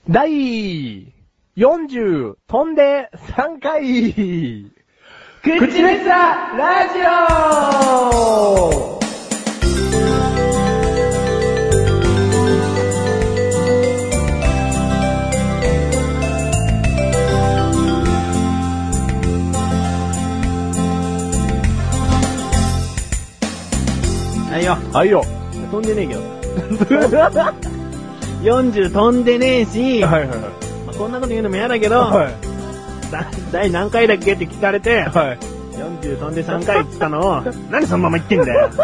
第40飛んで3回口レッサラジオ。 はいよ。 はいよ。 飛んでねえけど。40飛んでねえし、 はいはいはい。 まあ、こんなこと言うのも嫌だけど、 はい。 第何回だっけって聞かれて、 はい。 40飛んで3回って言ったのを、何そのまま言ってんだよ。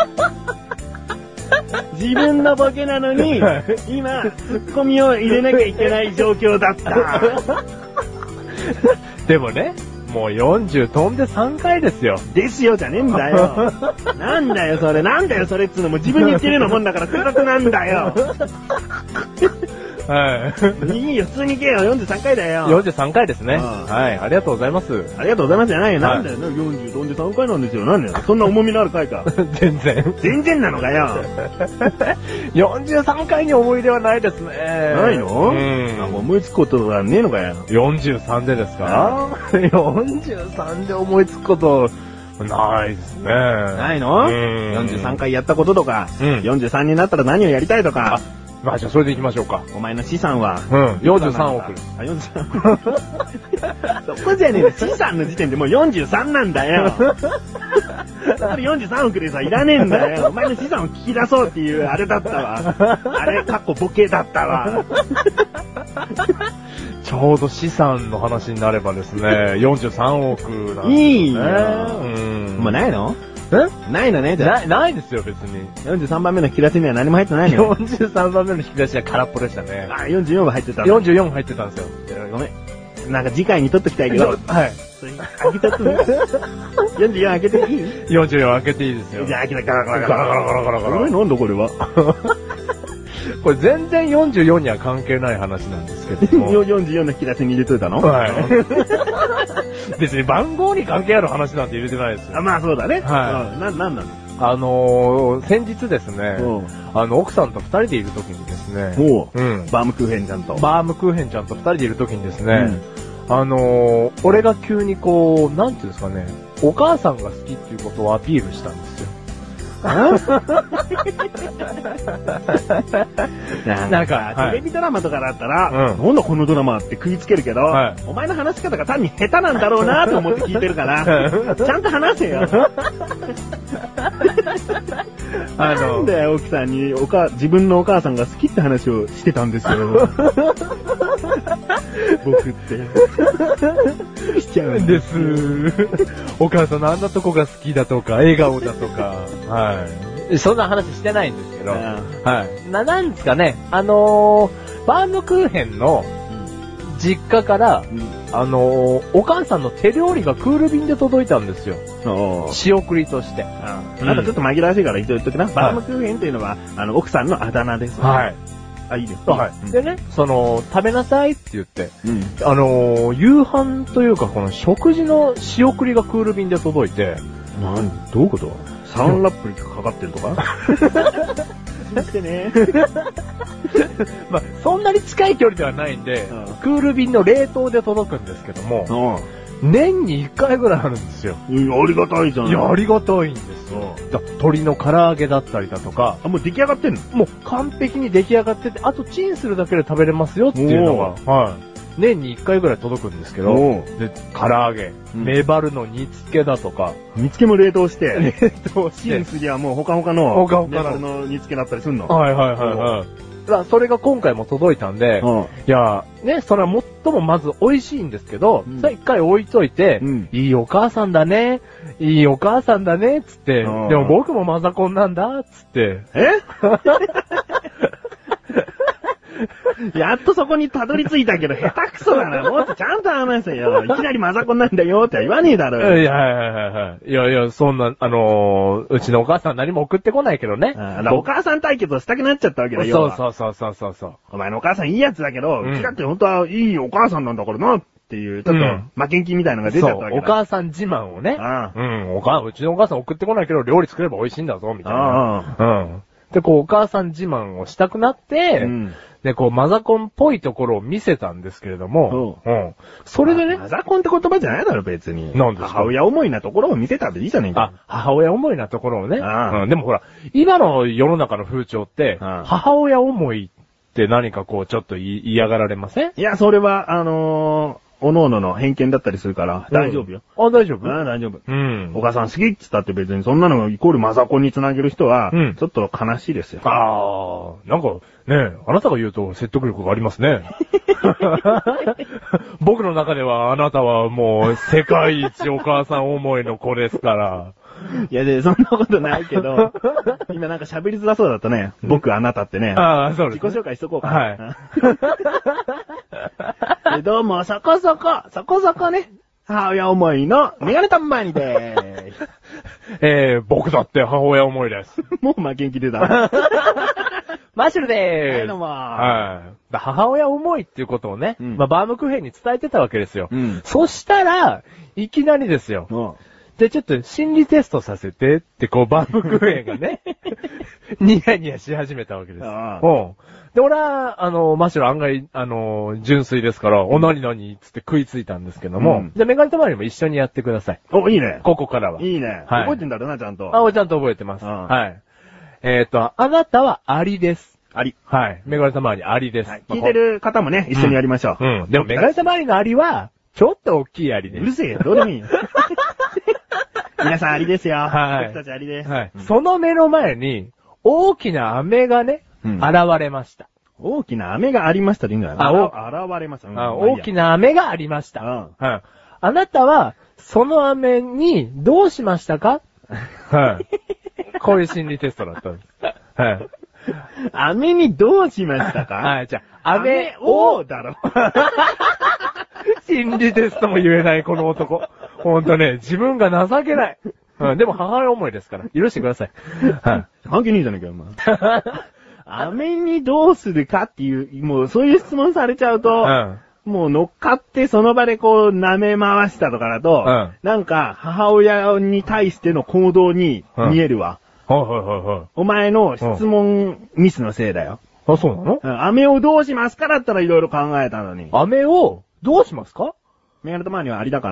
自分のボケなのに、 はい今、ツッコミを入れなきゃいけない状況だった。 でもね、もう40飛んで3回ですよ。 ですよじゃねえんだよ。なんだよそれ、なんだよそれっつうのも自分に言ってるようなもんだから複雑なんだよ。 はい。 いいよ、普通に行けよ、43回だよ。 43回ですね。はい、ありがとうございます。 ありがとうございますじゃないよ。 はいなんだよ、40飛んで3回なんですよ。なんだよ、そんな重みのある回か。 全然。 全然なのかよ。 43回に思い出はないですね。 ないの？ うんあ、もう思いつくことがねえのかよ。 43でですか？ 43 で思いつくことないですね。 ないの？ うん ?43 回やったこととか、 うん 43になったら何をやりたいとか、 まあじゃあそれで行きましょうか。 お前の資産は、 43億。 あ、43。そこじゃねえよ。資産の時点でもう43なんだよ。それ43億でさ、いらねえんだよ。お前の資産を聞き出そうっていう、あれだったわ。あれ、かっこボケだったわ。 ちょうど資産の話になればですね、43億なんですね。 いいよ。もうないの？ないのね、じゃあ。 ないですよ、別に。 43番目の引き出しには何も入ってないのよ。 43番目の引き出しは空っぽでしたね。 あ、44が入ってた。 44入ってたんですよ。 ごめん。なんか次回に取っときたいけど。 はい。 開けちゃってもいい？ 44開けていい？ 44開けていいですよ。 じゃあ開けてガラガラガラガラガラガラガラガラ。 なんだこれは。 これ全然44には関係ない話なんですけども。 44の引き出しに入れといたの？ はい。別に番号に関係ある話なんて入れてないですよ。 あ、まあそうだね。 はい。 なんなの？ 先日ですね、奥さんと二人でいる時にですね、 バームクーヘンちゃんと。 バームクーヘンちゃんと二人でいる時にですね、俺が急にこう、なんていうんですかね、お母さんが好きっていうことをアピールしたんですよ。 なんか、テレビドラマとかだったら、なんだこのドラマって食いつけるけど、お前の話し方が単に下手なんだろうなと思って聞いてるから、ちゃんと話せよ。なんだよ、奥さんに自分のお母さんが好きって話をしてたんですよ。僕って。しちゃうんです。 お母さんのあんなとこが好きだとか、笑顔だとか、はい。そんな話してないんですけど、はい。なんですかね、バームクーヘンの実家から、お母さんの手料理がクール便で届いたんですよ。仕送りとして。 なんかちょっと紛らわしいから一応言っとくな。バームクーヘンというのは、奥さんのあだ名です。 はい。 あ、いいです。 はい。でね、食べなさいって言って、夕飯というかこの食事の仕送りがクール便で届いて、 どういうこと？サンラップにかかってるとか？してね。 まあ、そんなに近い距離ではないんで、クール便の冷凍で届くんですけども、年に1回ぐらいあるんですよ。 ありがたいじゃん。 いや、ありがたいんですよ。鶏の唐揚げだったりだとか。 あ、もう出来上がってんの？ もう完璧に出来上がってて、あとチンするだけで食べれますよっていうのが、はい。年に1回ぐらい届くんですけど、で、唐揚げ、メバルの煮付けだとか。 煮付けも冷凍して、 冷凍して。 チンすりゃもうほかほかの、メバルの煮付けだったりすんの？はいはいはいはい。 それが今回も届いたんで、いや、ね、それは最もまず美味しいんですけど、それ一回置いといて、いいお母さんだね、いいお母さんだね、つって、でも僕もマザコンなんだ、つって。 やっとそこにたどり着いたけど、下手くそだな。もっとちゃんと話せよ。いきなりマザコンなんだよって言わねえだろ。 いや、そんな、うちのお母さん何も送ってこないけどね。 お母さん対決をしたくなっちゃったわけだよ。 そう。 お前のお母さんいいやつだけど、うちだって本当はいいお母さんなんだからな。っていう、ちょっと、負けん気みたいなのが出ちゃったわけだ。 お母さん自慢をね。うちのお母さん送ってこないけど、料理作れば美味しいんだぞ、みたいな。で、こう、お母さん自慢をしたくなって、 で、こう、マザコンっぽいところを見せたんですけれども、それでね、 マザコンって言葉じゃないだろ、別に。 なんですか？ 母親思いなところを見せたっていいじゃねえか。 母親思いなところをね。 うんでもほら、今の世の中の風潮って、母親思いって何かこう、ちょっと嫌がられません？ いや、それは、おのおのの偏見だったりするから、大丈夫よ。 大丈夫？ 大丈夫。お母さん好きって言ったって別にそんなのイコールマザコンにつなげる人は、ちょっと悲しいですよ。 なんか、ねあなたが言うと説得力がありますね。僕の中ではあなたはもう世界一お母さん思いの子ですから。 いやそんなことないけど、今なんか喋りづらそうだったね。僕、あなたってね。 そうです、ね。 自己紹介しとこうか。 はい。 どうも、そこそこね、母親思いのメガネタンマーニでーす。僕だって母親思いです。 もう負けん気出た。 マッシュルでーす。 はい、どうも。 母親思いっていうことをね、バームクーヘンに伝えてたわけですよ。そしたら、いきなりですよ。で、ちょっと心理テストさせてって、こう、バームクーヘンがね、ニヤニヤし始めたわけです。で、俺は、マシュル案外、純粋ですから、何々つって食いついたんですけども、じゃあメガネたまりも一緒にやってください。 いいね。 ここからは。 いいね。覚えてんだろうな、ちゃんと。 ちゃんと覚えてます。はい。あなたはアリです。 アリ。 はい。メガネたまりアリです。 聞いてる方もね、一緒にやりましょう。でもメガネたまりのアリは、ちょっと大きいアリです。 うるせえよ、どうでもいいよ。皆さんアリですよ。 はい。 僕たちアリです。 はい。その目の前に、大きな飴がね、現れました。 大きな飴がありましたでいいんだよ。現れました。 大きな飴がありました。あなたは、その飴にどうしましたか？はい。こういう心理テストだったんです。はい。 飴にどうしましたか？ はい、じゃあ、飴をだろ。 心理テストも言えない、この男。ほんとね、自分が情けない。でも母親思いですから、許してください。 関係ねえじゃねえかよ、お前。飴にどうするかっていう、もうそういう質問されちゃうと、もう乗っかってその場でこう舐め回したとかだと、なんか母親に対しての行動に見えるわ。お前の質問ミスのせいだよ。 そうなの？ 飴をどうしますかだったらいろいろ考えたのに。 飴をどうしますか？ メガネとマーニはアリだから、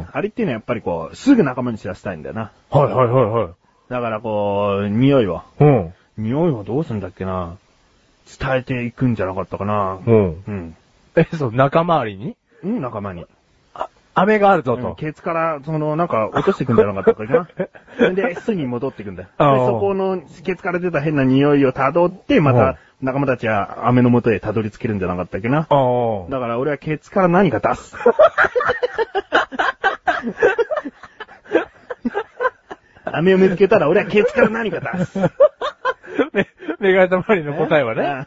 アリっていうのはやっぱりこう、すぐ仲間に知らせたいんだよな。だからこう、匂いを。匂いはどうするんだっけな。伝えていくんじゃなかったかな。 仲間割りに？ 仲間に。 飴があるぞと。 ケツから、なんか落としていくんじゃなかったかな。で、巣に戻っていくんだよ。で、そこのケツから出た変な匂いを辿って、また、仲間たちは飴の元へ辿り着けるんじゃなかったっけな。だから俺はケツから何か出す。飴を見つけたら俺はケツから何か出す。 メガネたまりの答えはね。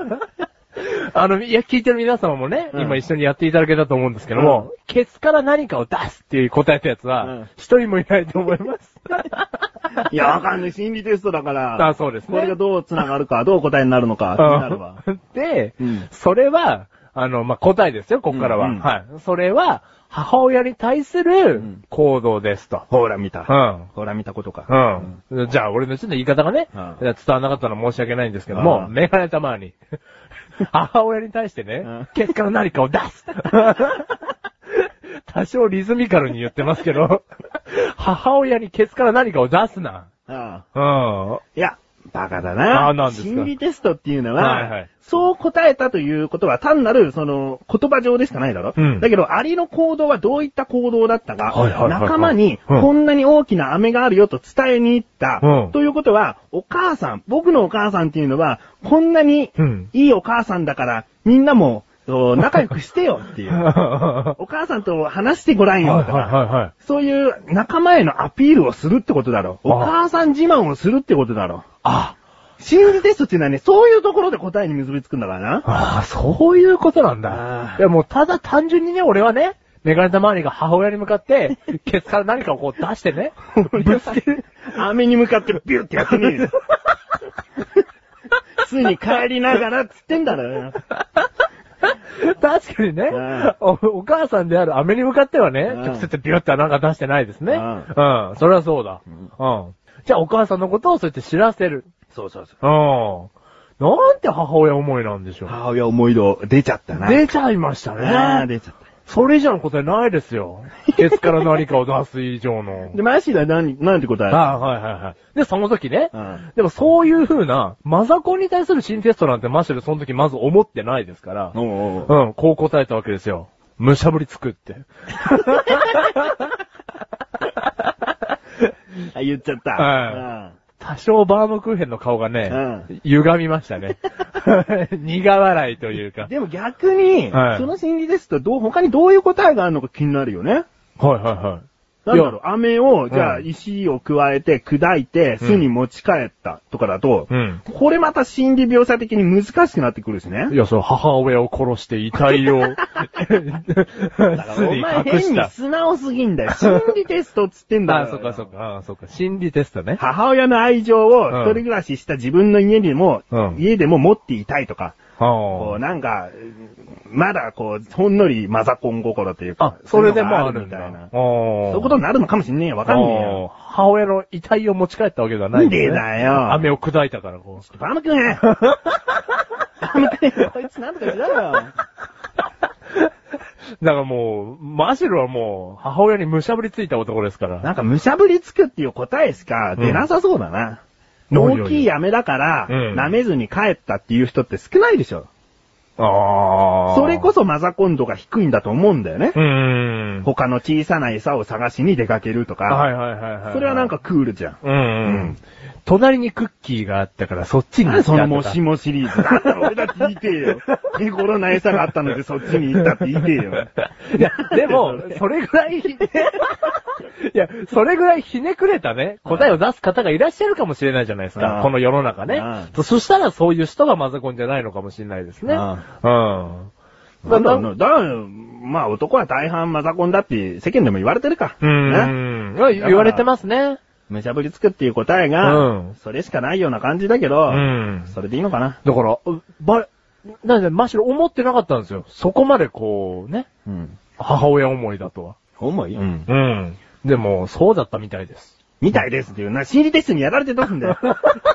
聞いてる皆様もね、今一緒にやっていただけたと思うんですけども、ケツから何かを出すっていう答えたやつは、一人もいないと思います。 いや、わかんない。心理テストだから。 そうですね。 これがどう繋がるか、どう答えになるのか、気になるわ。 で、それは、答えですよ、ここからは。はい。それは、母親に対する行動ですと。 ほら見た。ほら見たことか。 じゃあ、俺のちょっと言い方がね、伝わらなかったのは申し訳ないんですけども、メガネたまに、母親に対してね、ケツから何かを出す。多少リズミカルに言ってますけど、母親にケツから何かを出すな。 いや、バカだな。 なんですか。 心理テストっていうのは、そう答えたということは単なる、言葉上でしかないだろ。だけど、アリの行動はどういった行動だったか、仲間にこんなに大きな飴があるよと伝えに行った。ということは、僕のお母さんっていうのは、こんなにいいお母さんだから、みんなも、仲良くしてよっていう。お母さんと話してごらんよとか。そういう仲間へのアピールをするってことだろ。お母さん自慢をするってことだろ。心理テストっていうのはね、そういうところで答えに結びつくんだからな。 そういうことなんだ。いやもうただ単純にね、俺はね、メガネたまわりが母親に向かって、ケツから何かをこう出してね、ぶつける。 飴に向かってビューってやってねえよ。巣に帰りながらっつってんだろ。 確かにね、お母さんである飴に向かってはね、直接ビューってなんか出してないですね。それはそうだ。じゃあお母さんのことをそうやって知らせる。 そう。 なんて母親思いなんでしょう。 母親思い度出ちゃったな。 出ちゃいましたね。 出ちゃった。 それ以上の答えないですよ。ケツから何かを出す以上の。 で、マシだ、なんて答える？ はいはいはい。で、その時ね。でもそういう風な、マザコンに対する新テストなんてマシでその時まず思ってないですから。こう答えたわけですよ。むしゃぶりつくって。 言っちゃった。 多少バームクーヘンの顔がね、歪みましたね。苦笑いというか。 でも逆に、その心理テスト他にどういう答えがあるのか気になるよね。 はいはいはい。 なんだろう、飴を、じゃあ石を加えて砕いて巣に持ち帰ったとかだと、これまた心理描写的に難しくなってくるしね。 いや、母親を殺して遺体をだからお前変に素直すぎんだよ。心理テストっつってんだよ。 そっか。心理テストね。 母親の愛情を一人暮らしした自分の家でも持っていたいとか。こうなんか、まだこう、ほんのりマザコン心というか。 それでもあるみたいな。 そういうことになるのかもしんねえよ。わかんねえよ。 母親の遺体を持ち帰ったわけではないんでだよ。 飴を砕いたからこう。 バームクーヘンバームクーヘンこいつなんとかしろよ。 だからもう、マシルはもう、母親にむしゃぶりついた男ですから。 なんかむしゃぶりつくっていう答えしか出なさそうだな。大きい飴だから、舐めずに帰ったっていう人って少ないでしょ。それこそマザコン度が低いんだと思うんだよね。他の小さな餌を探しに出かけるとか。それはなんかクールじゃん。 隣にクッキーがあったからそっちに行った。 そのもしもシリーズ。だったら俺だって言いてえよ。手頃な餌があったのでそっちに行ったって言いてえよ。 いや、でも、それぐらい、それぐらいひねくれたね、答えを出す方がいらっしゃるかもしれないじゃないですか。この世の中ね。そしたらそういう人がマザコンじゃないのかもしれないですね。まあ男は大半マザコンだって世間でも言われてるか。 言われてますね。 むしゃぶりつくっていう答えが、それしかないような感じだけど、それでいいのかな。 だから、なんで、むしろ思ってなかったんですよ。そこまでこう、ね。母親思いだとは。 思い？ でも、そうだったみたいです。 みたいですっていうな、心理テストにやられてどうすんだよ。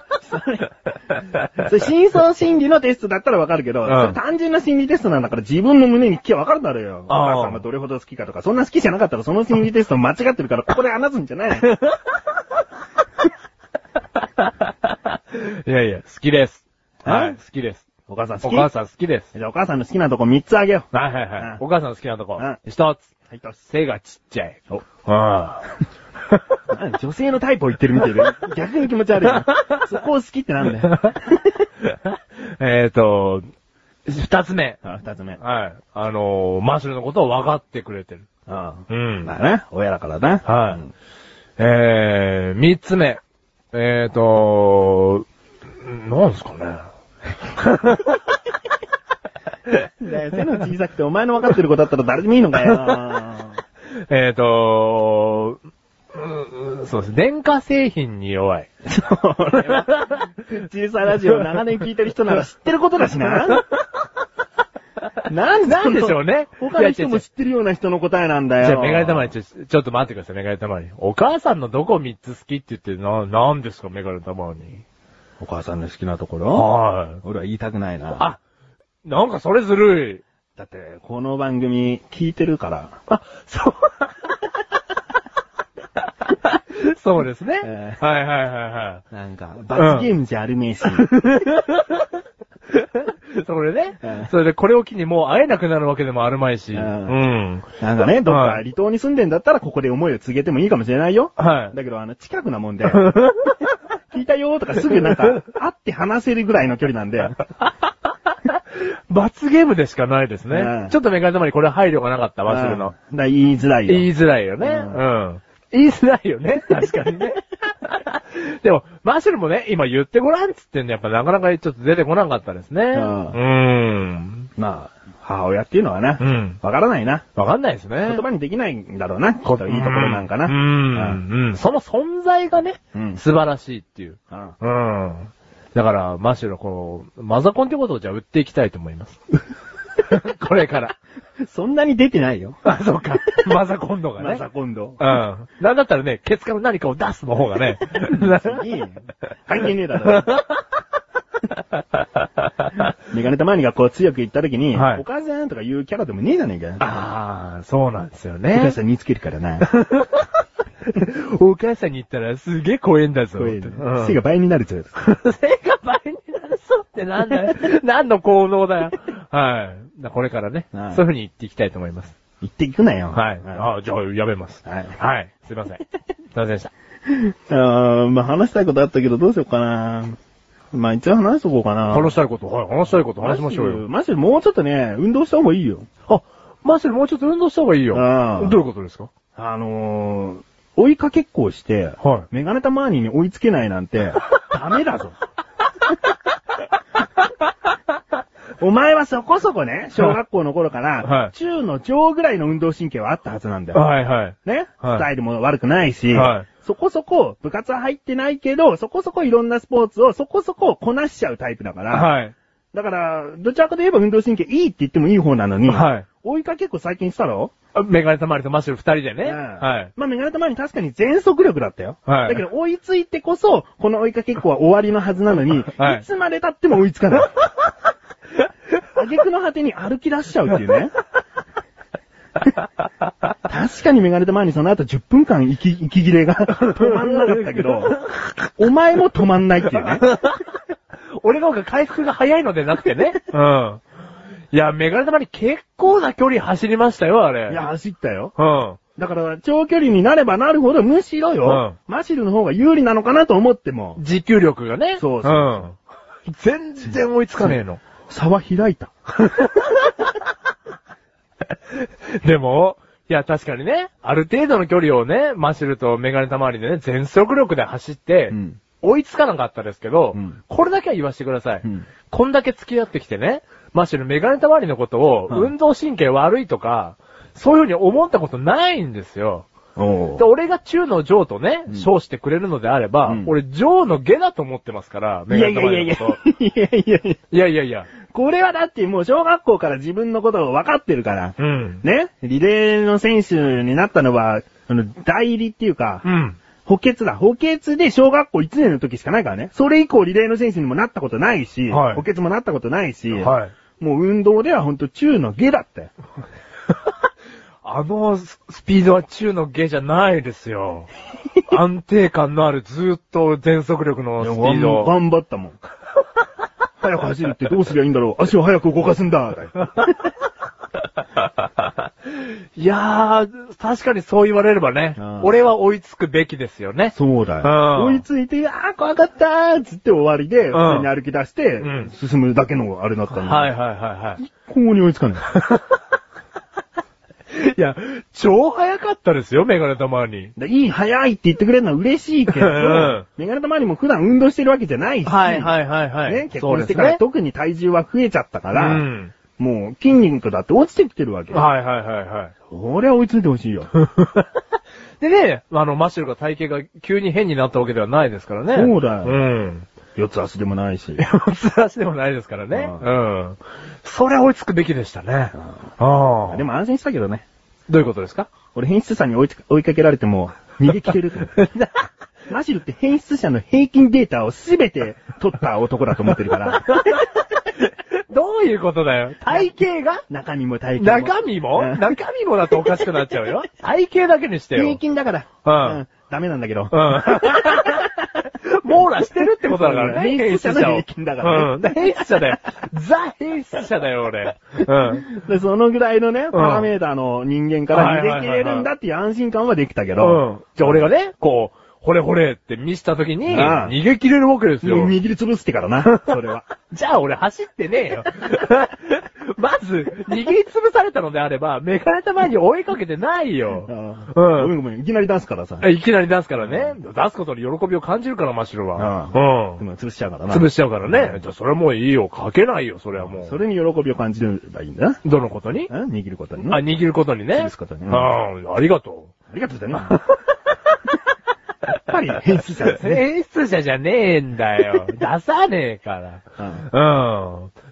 それ深層心理のテストだったらわかるけど、単純な心理テストなんだから自分の胸に聞けばわかるだろうよ。お母さんがどれほど好きかとか、そんな好きじゃなかったらその心理テスト間違ってるからここで話すんじゃない。 いや、好きです。はい、好きです。 お母さん好き？ お母さん好きです。 じゃあお母さんの好きなとこ3つあげよう。 はい。お母さんの好きなとこ。1つ。背がちっちゃい。 女性のタイプを言ってるみたいで、逆に気持ち悪い。そこを好きってなんだよ。 2つ目。 2つ目。 はい。マシュルのことを分かってくれてる。 まあね、親だからね。 はい。3つ目。なんすかね。 背の小さくてお前の分かってる子だったら誰でもいいのかよ。 そうです。電化製品に弱い。 小さいラジオを長年聞いてる人なら知ってることだしな。なんでしょうね。他の人も知ってるような人の答えなんだよ。 じゃあ、メガネたまり、ちょっと待ってください、メガネたまり。お母さんのどこ3つ好きって言ってなんですか、メガネたまり。 お母さんの好きなところ？ はい。 俺は言いたくないな。 なんかそれずるい。 だって、この番組聞いてるから。 そう。そうですね。はい。 なんか、罰ゲームじゃあるめえし。 それね。それでこれを機にもう会えなくなるわけでもあるまいし。 なんかね、どっか離島に住んでんだったらここで思いを告げてもいいかもしれないよ。はい。だけど近くなもんで。聞いたよーとかすぐなんか、会って話せるぐらいの距離なんで。 罰ゲームでしかないですね。ちょっとメガネたまにこれ配慮がなかった、マシュルの。 言いづらいよ。 言いづらいよね。言いづらいよね。確かにね。でも、マシュルもね、今言ってごらんっつってんのやっぱなかなかちょっと出てこなかったですね。 まあ、母親っていうのはな、わからないな。 わかんないですね。 言葉にできないんだろうな。きっといいところなんかな。 その存在がね、素晴らしいっていう。だから、マシュルこの、マザコンってことをじゃあ売っていきたいと思います。これから。 そんなに出てないよ。 そうか。マザコン度がね。 マザコン度。 なんだったらね、ケツから何かを出すの方がね。 関係ねえだろ。 メガネたまにがこう強く言った時に、はい、お母さんとか言うキャラでもねえじゃねえかよ。 ああ、そうなんですよね。 お母さんにつけるからな。 お母さんに言ったらすげえ怖えんだぞ。 背が倍になるぞ。 背が倍になるぞってなんだよ。何の効能だよ。はい。これからね、そういう風に言っていきたいと思います。 言っていくなよ。 はい。あ、じゃあやめます。はい。はい。すいません。すいませんでした。 まあ話したいことあったけどどうしようかな。まあ一応話しとこうかな。 話したいこと、はい。話したいこと話しましょうよ。 マジでもうちょっとね、運動した方がいいよ。 あ、マジでもうちょっと運動した方がいいよ。どういうことですか？ 追いかけっこをして、 はい。 メガネたまーにに追いつけないなんて、ダメだぞ。お前はそこそこね、小学校の頃から、はい、中の上ぐらいの運動神経はあったはずなんだよ。 はいはい。 ね、はい、スタイルも悪くないし、はい、そこそこ部活は入ってないけど、そこそこいろんなスポーツをそこそここなしちゃうタイプだから、はい。だから、どちらかといえば運動神経いいって言ってもいい方なのに、はい。追いかけっこ最近したろ？ メガネたまりとマッシュル二人でね。 はい。まあメガネたまり確かに全速力だったよ。はい。だけど追いついてこそ、この追いかけっこは終わりのはずなのに、はい。いつまで経っても追いつかない。挙句の果てに歩き出しちゃうっていうね。確かにメガネたまにその後10分間息切れが止まんなかったけど、お前も止まんないっていうね。 俺の方が回復が早いのでなくてね。うん。いや、メガネたまに結構な距離走りましたよ、あれ。 いや、走ったよ。うん。だから、長距離になればなるほど、むしろよ、うん、マシルの方が有利なのかなと思っても。 持久力がね。 そうそう。 うん。全然追いつかねえの。 差は開いた。 でも、いや、確かにね、ある程度の距離をね、マシルとメガネたまりでね、全速力で走って、うん、追いつかなかったですけど、うん、これだけは言わせてください。うん、こんだけ付き合ってきてね、マシルメガネたまりのことを、運動神経悪いとか、そういう風に思ったことないんですよ。で俺が中の上とね、称してくれるのであれば、俺上の下だと思ってますから、メガネたまりのこと。いやいや。 これはだってもう小学校から自分のことを分かってるから。うん。ね、リレーの選手になったのは、代理っていうか、うん。補欠だ。補欠で小学校1年の時しかないからね。それ以降リレーの選手にもなったことないし、はい、補欠もなったことないし、はい、もう運動ではほんと中の下だったよ。 あのスピードは中の下じゃないですよ。安定感のあるずっと全速力のスピード。 頑張ったもん。早く走るってどうすりゃいいんだろう。足を早く動かすんだ。 いやー、確かにそう言われればね、俺は追いつくべきですよね。 そうだよ。追いついて、怖かったーつって終わりで、普通に歩き出して、進むだけのあれだったんだ。 はい。 一向に追いつかない。 いや、超早かったですよ、メガネたまに。 早いって言ってくれるのは嬉しいけど、メガネたまにも普段運動してるわけじゃないし、 はい。 ね、結婚してから特に体重は増えちゃったから、もう筋肉だって落ちてきてるわけ。 はい。 そりゃ追いついてほしいよ。 でね、マッシュルが体型が急に変になったわけではないですからね。 そうだよ。四つ足でもないし。 四つ足でもないですからね。それは追いつくべきでしたね。 でも安心したけどね。 どういうことですか？ 俺変質者に追いかけられても逃げ切れると思う。マシルって変質者の平均データをすべて取った男だと思ってるから。 どういうことだよ。体型が中身も体型も。 中身もだとおかしくなっちゃうよ。体型だけにしてよ。 平均だから。ダメなんだけど。 網羅してるってことだからね。 変質者の平均だからね。 変質者だよ。ザ変質者だよ、俺。 で、そのぐらいのね、パラメーターの人間から逃げ切れるんだっていう安心感はできたけど。 じゃあ俺がね、こう、ほれって見せたときに、逃げ切れるわけですよ。 握りつぶしてからな、それは。 じゃあ俺走ってねえよ。まず、握りつぶされたのであれば、メガネたまに追いかけてないよ。 ごめん、いきなり出すからさ。 いきなり出すからね。出すことに喜びを感じるから、マシュルは。 潰しちゃうからな。 潰しちゃうからね。じゃあそれはもういいよ。かけないよ、それはもう。 それに喜びを感じればいいんだ。 どのことに？ 握ることにね。 握ることにね。 潰すことにね。 ありがとう。ありがとうだね。やっぱり変質者ですね。 変質者じゃねえんだよ。出さねえから。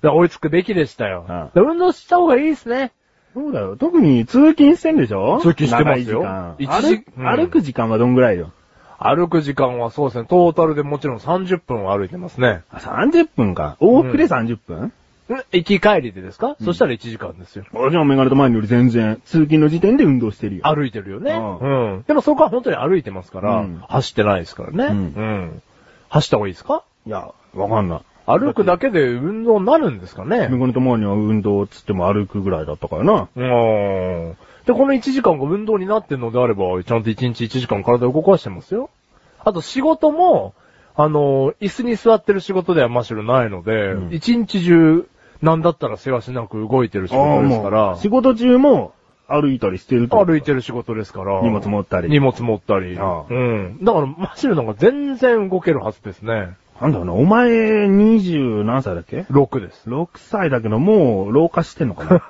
追いつくべきでしたよ。運動した方がいいですね。 そうだよ。特に通勤してんでしょ？ 通勤してますよ。 歩く時間はどんぐらいよ？ 歩く時間はそうですね、トータルでもちろん30分は歩いてますね。 30分か。往復で30分？ 行き帰りでですか？そしたら1時間ですよ。 じゃあメガネと前より全然、通勤の時点で運動してるよ。 歩いてるよね。でもそこは本当に歩いてますから、走ってないですからね。走った方がいいですか？ いや、わかんない。 歩くだけで運動になるんですかね？ メガネと前には運動つっても歩くぐらいだったからな。 で、この1時間が運動になってるのであれば、ちゃんと1日1時間体を動かしてますよ。あと仕事も、椅子に座ってる仕事ではむしろないので、1日中、なんだったらせわしなく動いてる仕事ですから。 仕事中も歩いたりしてると。 歩いてる仕事ですから。 荷物持ったり。 だから、マシルの方が全然動けるはずですね。 なんだろうな、お前20何歳だっけ？ 6 です。 6歳だけど、もう老化してんのかな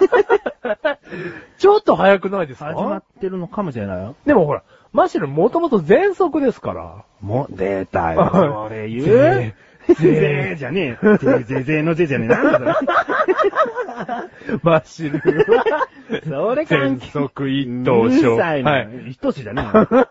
ちょっと早くないですか？ 始まってるのかもしれないよ。 でもほら、マシルもともと喘息ですから。 もう、出たよ。それ言う？ぜじゃねえ。ぜのぜじゃねえ。なんだそれ。 マシルは、 それ関係。 喘息一等症。 うるさいな。一等種じゃねえ。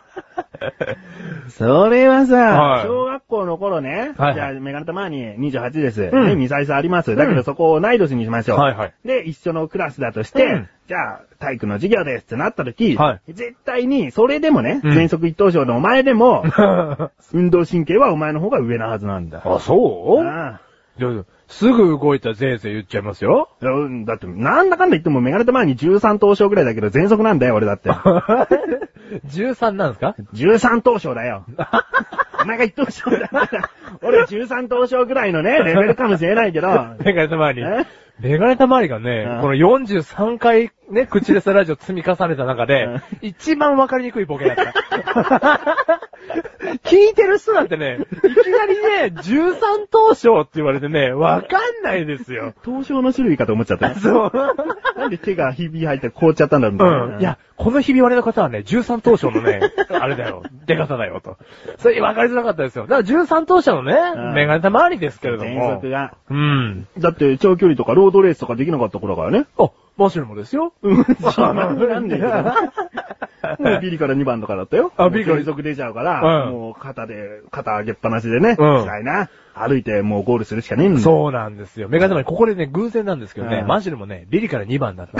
それはさ、小学校の頃ね、じゃあ、メガネたまに28です。で、2歳差あります。だけどそこを同い年にしましょう。で、一緒のクラスだとして、じゃあ、体育の授業ですってなった時、絶対に、それでもね、喘息一等症のお前でも、運動神経はお前の方が上なはずなんだ。 あ、そう？すぐ動いたらぜいぜい言っちゃいますよ。 だって、なんだかんだ言ってもメガネたまに13等症ぐらいだけど喘息なんだよ、俺だって。 13なんですか？ 13 等症だよ。お前が1等症だから、俺は13等症ぐらいのね、レベルかもしれないけど。 メガネたまに。メガネたまりがね、この43回ね、口レスラジオ積み重ねた中で、一番わかりにくいボケだった。聞いてる人なんてね、いきなりね、13等症って言われてね、わかんないですよ。 等症の種類かと思っちゃった。 そう。 なんで手がひび入って凍っちゃったんだろう。 いや、このひび割れの方はね、13等症のね、あれだよ、出方だよと。それわかりづらかったですよ。だから13等症のね、メガネたまりですけれども。 喘息が。 だって長距離とかロードレースとかできなかった頃だからね。 あ、マシュルもですよ。 なんでもうビリから2番とかだったよ。 ビリから継続出ちゃうから、もう肩上げっぱなしでね、辛いな。歩いてもうゴールするしかねえんだ。 そうなんですよ。メガネたまり、ここでね、偶然なんですけどね、マシュルもね、ビリから2番だった。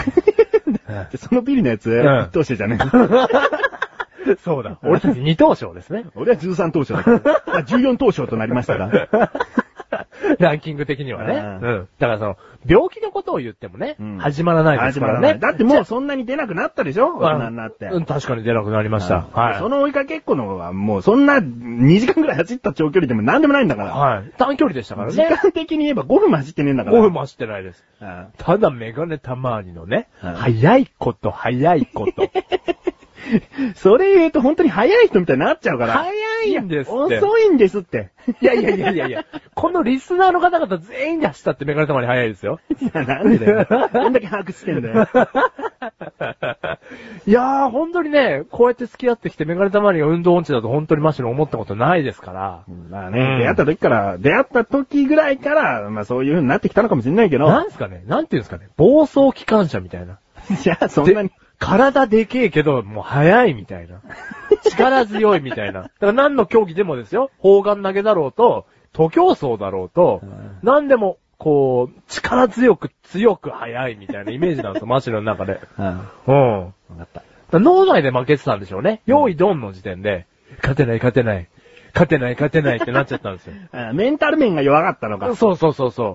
そのビリのやつ、1等賞じゃねえ。そうだ。俺たち2等賞ですね。 俺は13等賞だけど。14等賞となりましたが。 ランキング的にはね。だからその、病気のことを言ってもね、始まらないですからね。 だってもうそんなに出なくなったでしょ？大人になって。 確かに出なくなりました。 その追いかけっこの方はもうそんな2時間ぐらい走った長距離でも何でもないんだから。 短距離でしたからね。 時間的に言えば5分も走ってねえんだから。 5分も走ってないです。ただメガネたまわりのね、早いこと。 それ言うと本当に早い人みたいになっちゃうから。 早いんですって。 遅いんですって。 いや。このリスナーの方々全員で走ったってメガネたまに早いですよ。 いや、なんでだよ。どんだけ把握してんだよ。 いやー、本当にね、こうやって付き合ってきてメガネたまにが運動音痴だと本当にマシュル思ったことないですから。 まあね、出会った時ぐらいから、まあそういう風になってきたのかもしれないけど。 なんすかね、なんていうんですかね、暴走機関車みたいな。 いや、そんなに。 体でけえけど、もう速いみたいな。力強いみたいな。だから何の競技でもですよ。砲丸投げだろうと、徒競走だろうと、何でも、こう、力強く速いみたいなイメージなんですよ、マシュルの中で。わかった。脳内で負けてたんでしょうね。用意ドンの時点で、勝てないってなっちゃったんですよ。 メンタル面が弱かったのか。 そう。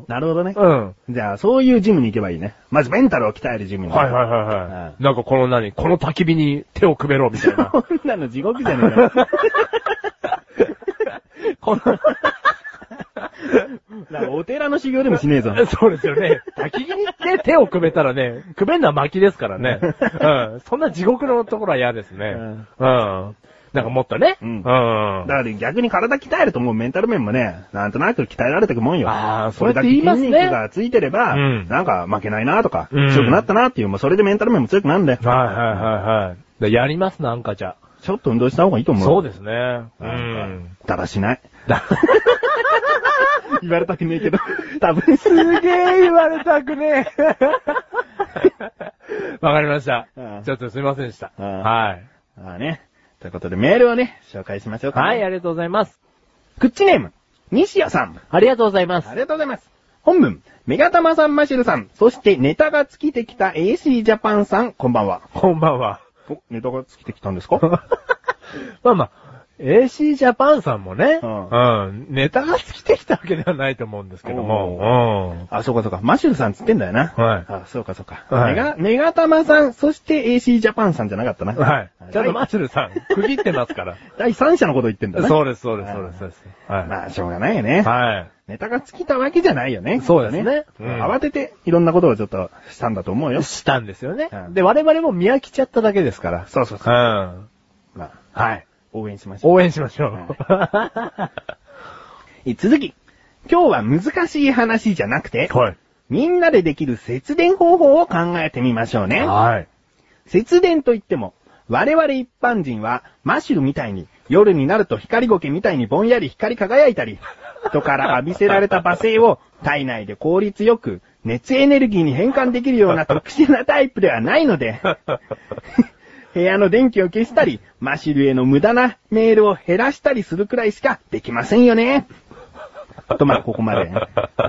なるほどね。じゃあ、そういうジムに行けばいいね。まずメンタルを鍛えるジムに。 はい。なんかこの焚き火に手を組めろみたいな。 そんなの地獄じゃねえか。なんかお寺の修行でもしねえぞ。 そうですよね。焚き火に手を組めたらね、組めんのは薪ですからね。そんな地獄のところは嫌ですね。なんかもっとね。だから逆に体鍛えるともうメンタル面もね、なんとなく鍛えられてくもんよ。 それだけ言いますね。 筋肉がついてれば、なんか負けないなとか、強くなったなっていう、もうそれでメンタル面も強くなるんだよ。 はい。やりますなんかじゃ。 ちょっと運動した方がいいと思う。 そうですね。 だらしない。言われたくねえけど、多分。 すげえ言われたくねえ。わかりました。ちょっとすいませんでした。 はい。ね。 ということでメールをね、紹介しましょうか、ね。 はい、ありがとうございます。 クッチネーム、西谷さん。 ありがとうございます。 ありがとうございます。本文、メガタマさん、マシルさん、そしてネタが尽きてきた AC ジャパンさん、こんばんは。 こんばんは。 ネタが尽きてきたんですかまあまあ、AC ジャパンさんもね、 うん、 ネタが尽きてきたわけではないと思うんですけども。 あ、そうかそうか。マシュルさんつってんだよな。 はい。 あ、そうかそうか。 はい、 メガタマさん、そして AC ジャパンさんじゃなかったな。 はい。ちゃんとマシュルさん、区切ってますから。 第三者のこと言ってんだな。 そうです、そうです、そうです。 はい。まあ、しょうがないよね。 はい。 ネタが尽きたわけじゃないよね。 そうですね。 慌てていろんなことをちょっとしたんだと思うよ。 したんですよね。で、我々も見飽きちゃっただけですから。 そうそうそう。 まあ、 はい。 応援しましょう。 応援しましょう。 続き。今日は難しい話じゃなくて、 はい。 みんなでできる節電方法を考えてみましょうね。 はい。 節電といっても、我々一般人はマシュルみたいに夜になると光ゴケみたいにぼんやり光り輝いたり、人から浴びせられた罵声を体内で効率よく熱エネルギーに変換できるような特殊なタイプではないので、部屋の電気を消したり、マシルへの無駄なメールを減らしたりするくらいしかできませんよね。と、まあ、ここまで。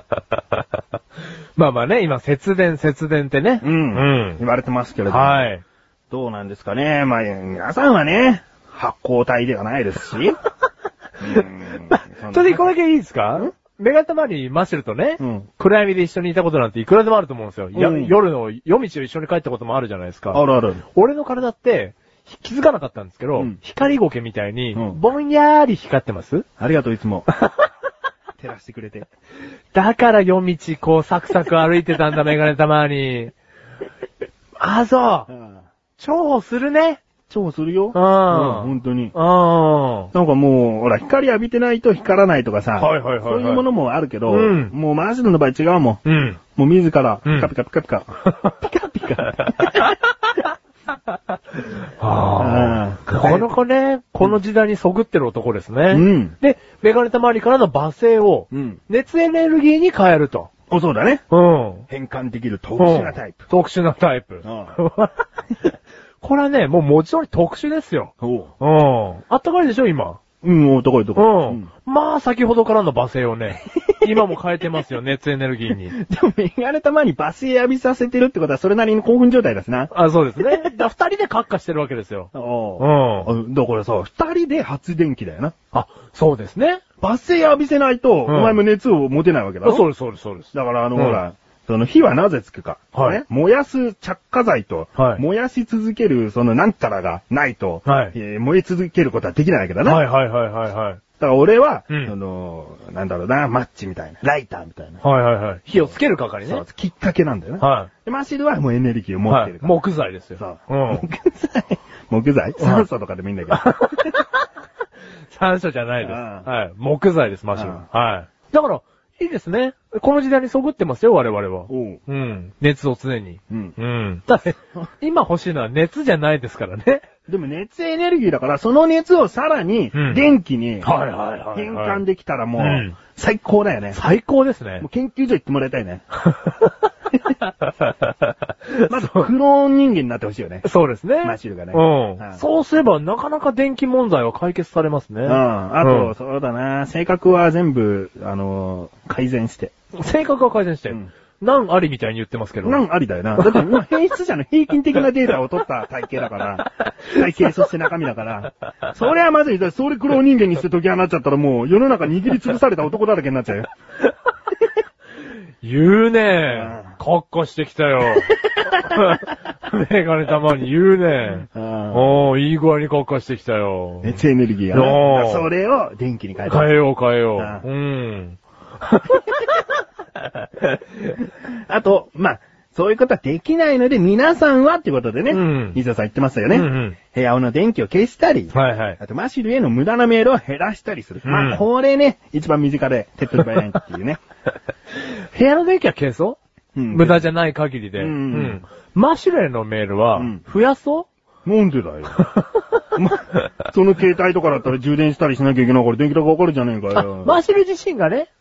まあまあね、今、節電ってね。 言われてますけれども。 はい。 どうなんですかね。まあ、皆さんはね、発光体ではないですし。 ちょっと一個だけいいですか？メガタマにマシルとね、暗闇で一緒にいたことなんていくらでもあると思うんですよ。夜の夜道を一緒に帰ったこともあるじゃないですか。 あるある。 俺の体って気づかなかったんですけど、光ゴケみたいに、ぼんやーり光ってます？ ありがとう、いつも。照らしてくれて。 だから夜道こうサクサク歩いてたんだ、メガネたまに。あ、そう。重宝するね。 重宝するよ。本当に。なんかもう、ほら、光浴びてないと光らないとかさ。そういうものもあるけど、もうマジの場合違うもん。もう自ら、ピカピカピカピカ。ピカピカ。 なかなかね、この時代にそぐってる男ですね。で、メガネたまわりからの罵声を、熱エネルギーに変えると。 そうだね。変換できる特殊なタイプ。 特殊なタイプ。これはね、もう文字通り特殊ですよ。あったかいでしょ、今。 あったかいとこ。 まあ、先ほどからの罵声をね、今も変えてますよ、熱エネルギーに。 でも、メガネたまに罵声浴びさせてるってことは、それなりに興奮状態ですな。 あ、そうですね。二人でカッカしてるわけですよ。 だからさ、二人で発電機だよな。 あ、そうですね。 罵声浴びせないと、お前も熱を持てないわけだろ。 そうです、そうです。 だから、ほら、その火はなぜつくか。燃やす着火剤と、燃やし続けるそのなんたらがないと、燃え続けることはできないわけだな。だから俺は、なんだろうな、マッチみたいな、ライターみたいな。 火をつける係ね。 きっかけなんだよな。でマシルはもうエネルギーを持ってるから。 木材ですよ。 木材酸素とかでもいいんだけど。 酸素じゃないです。木材です、マシル。だから、いいですね。この時代にそぐってますよ、我々は。熱を常に。だって、今欲しいのは熱じゃないですからね。 でも熱エネルギーだから、その熱をさらに電気に変換できたらもう、最高だよね。 最高ですね。 もう研究所行ってもらいたいね。まず、クローン人間になってほしいよね。 そうですね。 マシルがね。 そうすれば、なかなか電気問題は解決されますね。 あと、そうだな、性格は全部、改善して。 性格は改善して。何ありみたいに言ってますけど。 何ありだよな。だって今、変質者の平均的なデータを取った体型だから、体型そして中身だから、それはまずい。それクローン人間にして解き放っちゃったらもう、世の中握りつぶされた男だらけになっちゃうよ。 言うねぇ。カッカしてきたよ。メガネたまに言うねぇ。いい具合にカッカしてきたよ。 熱エネルギーがね。それを電気に変えよう。あと、まあ、そういうことはできないので、皆さんはってことでね、伊沢さん言ってましたよね。部屋の電気を消したり、あとマシルへの無駄なメールを減らしたりする。まあ、これね、一番身近で手っ取り早いっていうね。 部屋の電気は消そう無駄じゃない限りで。マシルへのメールは、増やそうなんでだよ。その携帯とかだったら充電したりしなきゃいけないから電気代かかるじゃねえかよ。 マシル自身がね、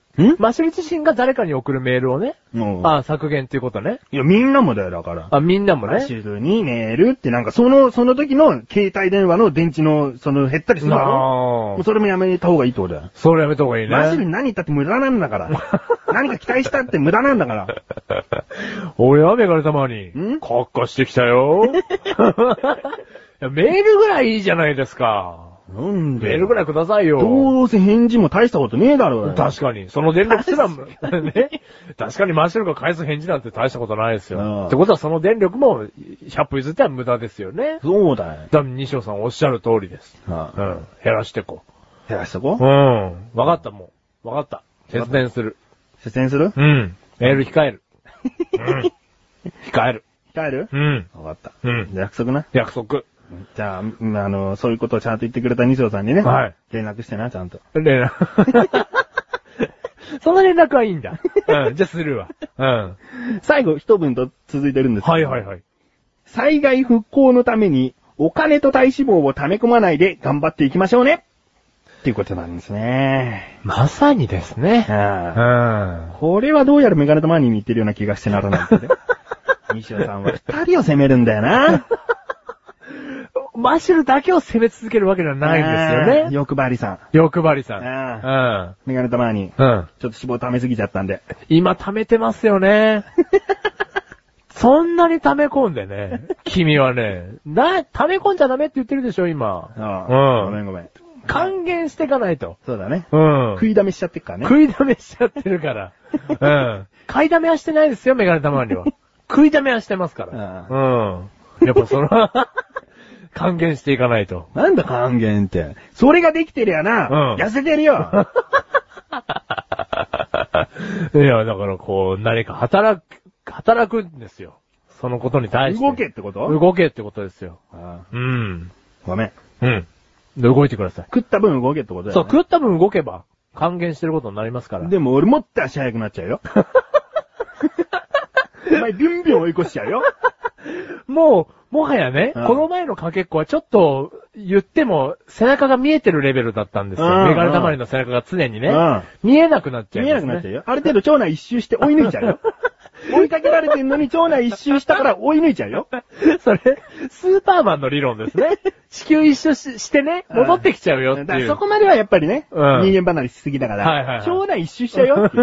マシュル自身が誰かに送るメールをね。削減っていうことね。 いや、みんなもだよ、だから。 みんなもね。 マシュルにメールってなんか、その時の携帯電話の電池の、減ったりするだろ。もうそれもやめた方がいいってことだよ。 それやめた方がいいね。 マシュルに何言ったって無駄なんだから。何か期待したって無駄なんだから。 俺はメガネたまに。カッカしてきたよ。メールぐらいいいじゃないですか。 なんでメールぐらいくださいよ。 どうせ返事も大したことねえだろう。 確かに。その電力すらも、ね。確かにマッシュルが返す返事なんて大したことないですよ。ってことはその電力も100歩譲っては無駄ですよね。 そうだよ。 多分西尾さんおっしゃる通りです。減らしてこう。減らしてこう？ わかったもう。わかった。節電する。 節電する？ メール控える。控える。 控える？わかった。約束な。 約束。 じゃあ、そういうことをちゃんと言ってくれた西尾さんにね。はい。連絡してな、ちゃんと。 連絡。その連絡はいいんだ。じゃあするわ。 最後、一文と続いてるんです。 はいはいはい。 災害復興のために、お金と体脂肪を溜め込まないで頑張っていきましょうね。っていうことなんですね。 まさにですね。 これはどうやらメガネとマニーに言ってるような気がしてならないけど。西尾さんは二人を責めるんだよな。 マッシュルだけを攻め続けるわけではないんですよね。 欲張りさん。 欲張りさん。 メガネたまに。ちょっと脂肪溜めすぎちゃったんで。 今溜めてますよね。そんなに溜め込んでね。君はね。溜め込んじゃダメって言ってるでしょ、今。 ごめんごめん。 還元していかないと。 そうだね。食いだめしちゃってっからね。 食いだめしちゃってるから。買いだめはしてないですよ、メガネたまには。食いだめはしてますから。やっぱ還元していかないと。 なんだ還元って。それができてりゃな、痩せてるよ。 いや、だから何か働くんですよ。そのことに対して。 動けってこと？ 動けってことですよ。 ごめん。 動いてください。 食った分動けってことだよね。 そう、食った分動けば、還元してることになりますから。 でも俺もっと足早くなっちゃうよ。お前ビュンビュン追い越しちゃうよ。 もはやね、この前のかけっこはちょっと言っても背中が見えてるレベルだったんですよ。メガネたまりの背中が常にね、見えなくなっちゃう。 見えなくなっちゃうよ。ある程度腸内一周して追い抜いちゃうよ。追いかけられてんのに腸内一周したから追い抜いちゃうよ。 それ、スーパーマンの理論ですね。地球一周してね、戻ってきちゃうよっていう。 そこまではやっぱりね、人間離れしすぎだから、腸内一周しちゃうよっていう。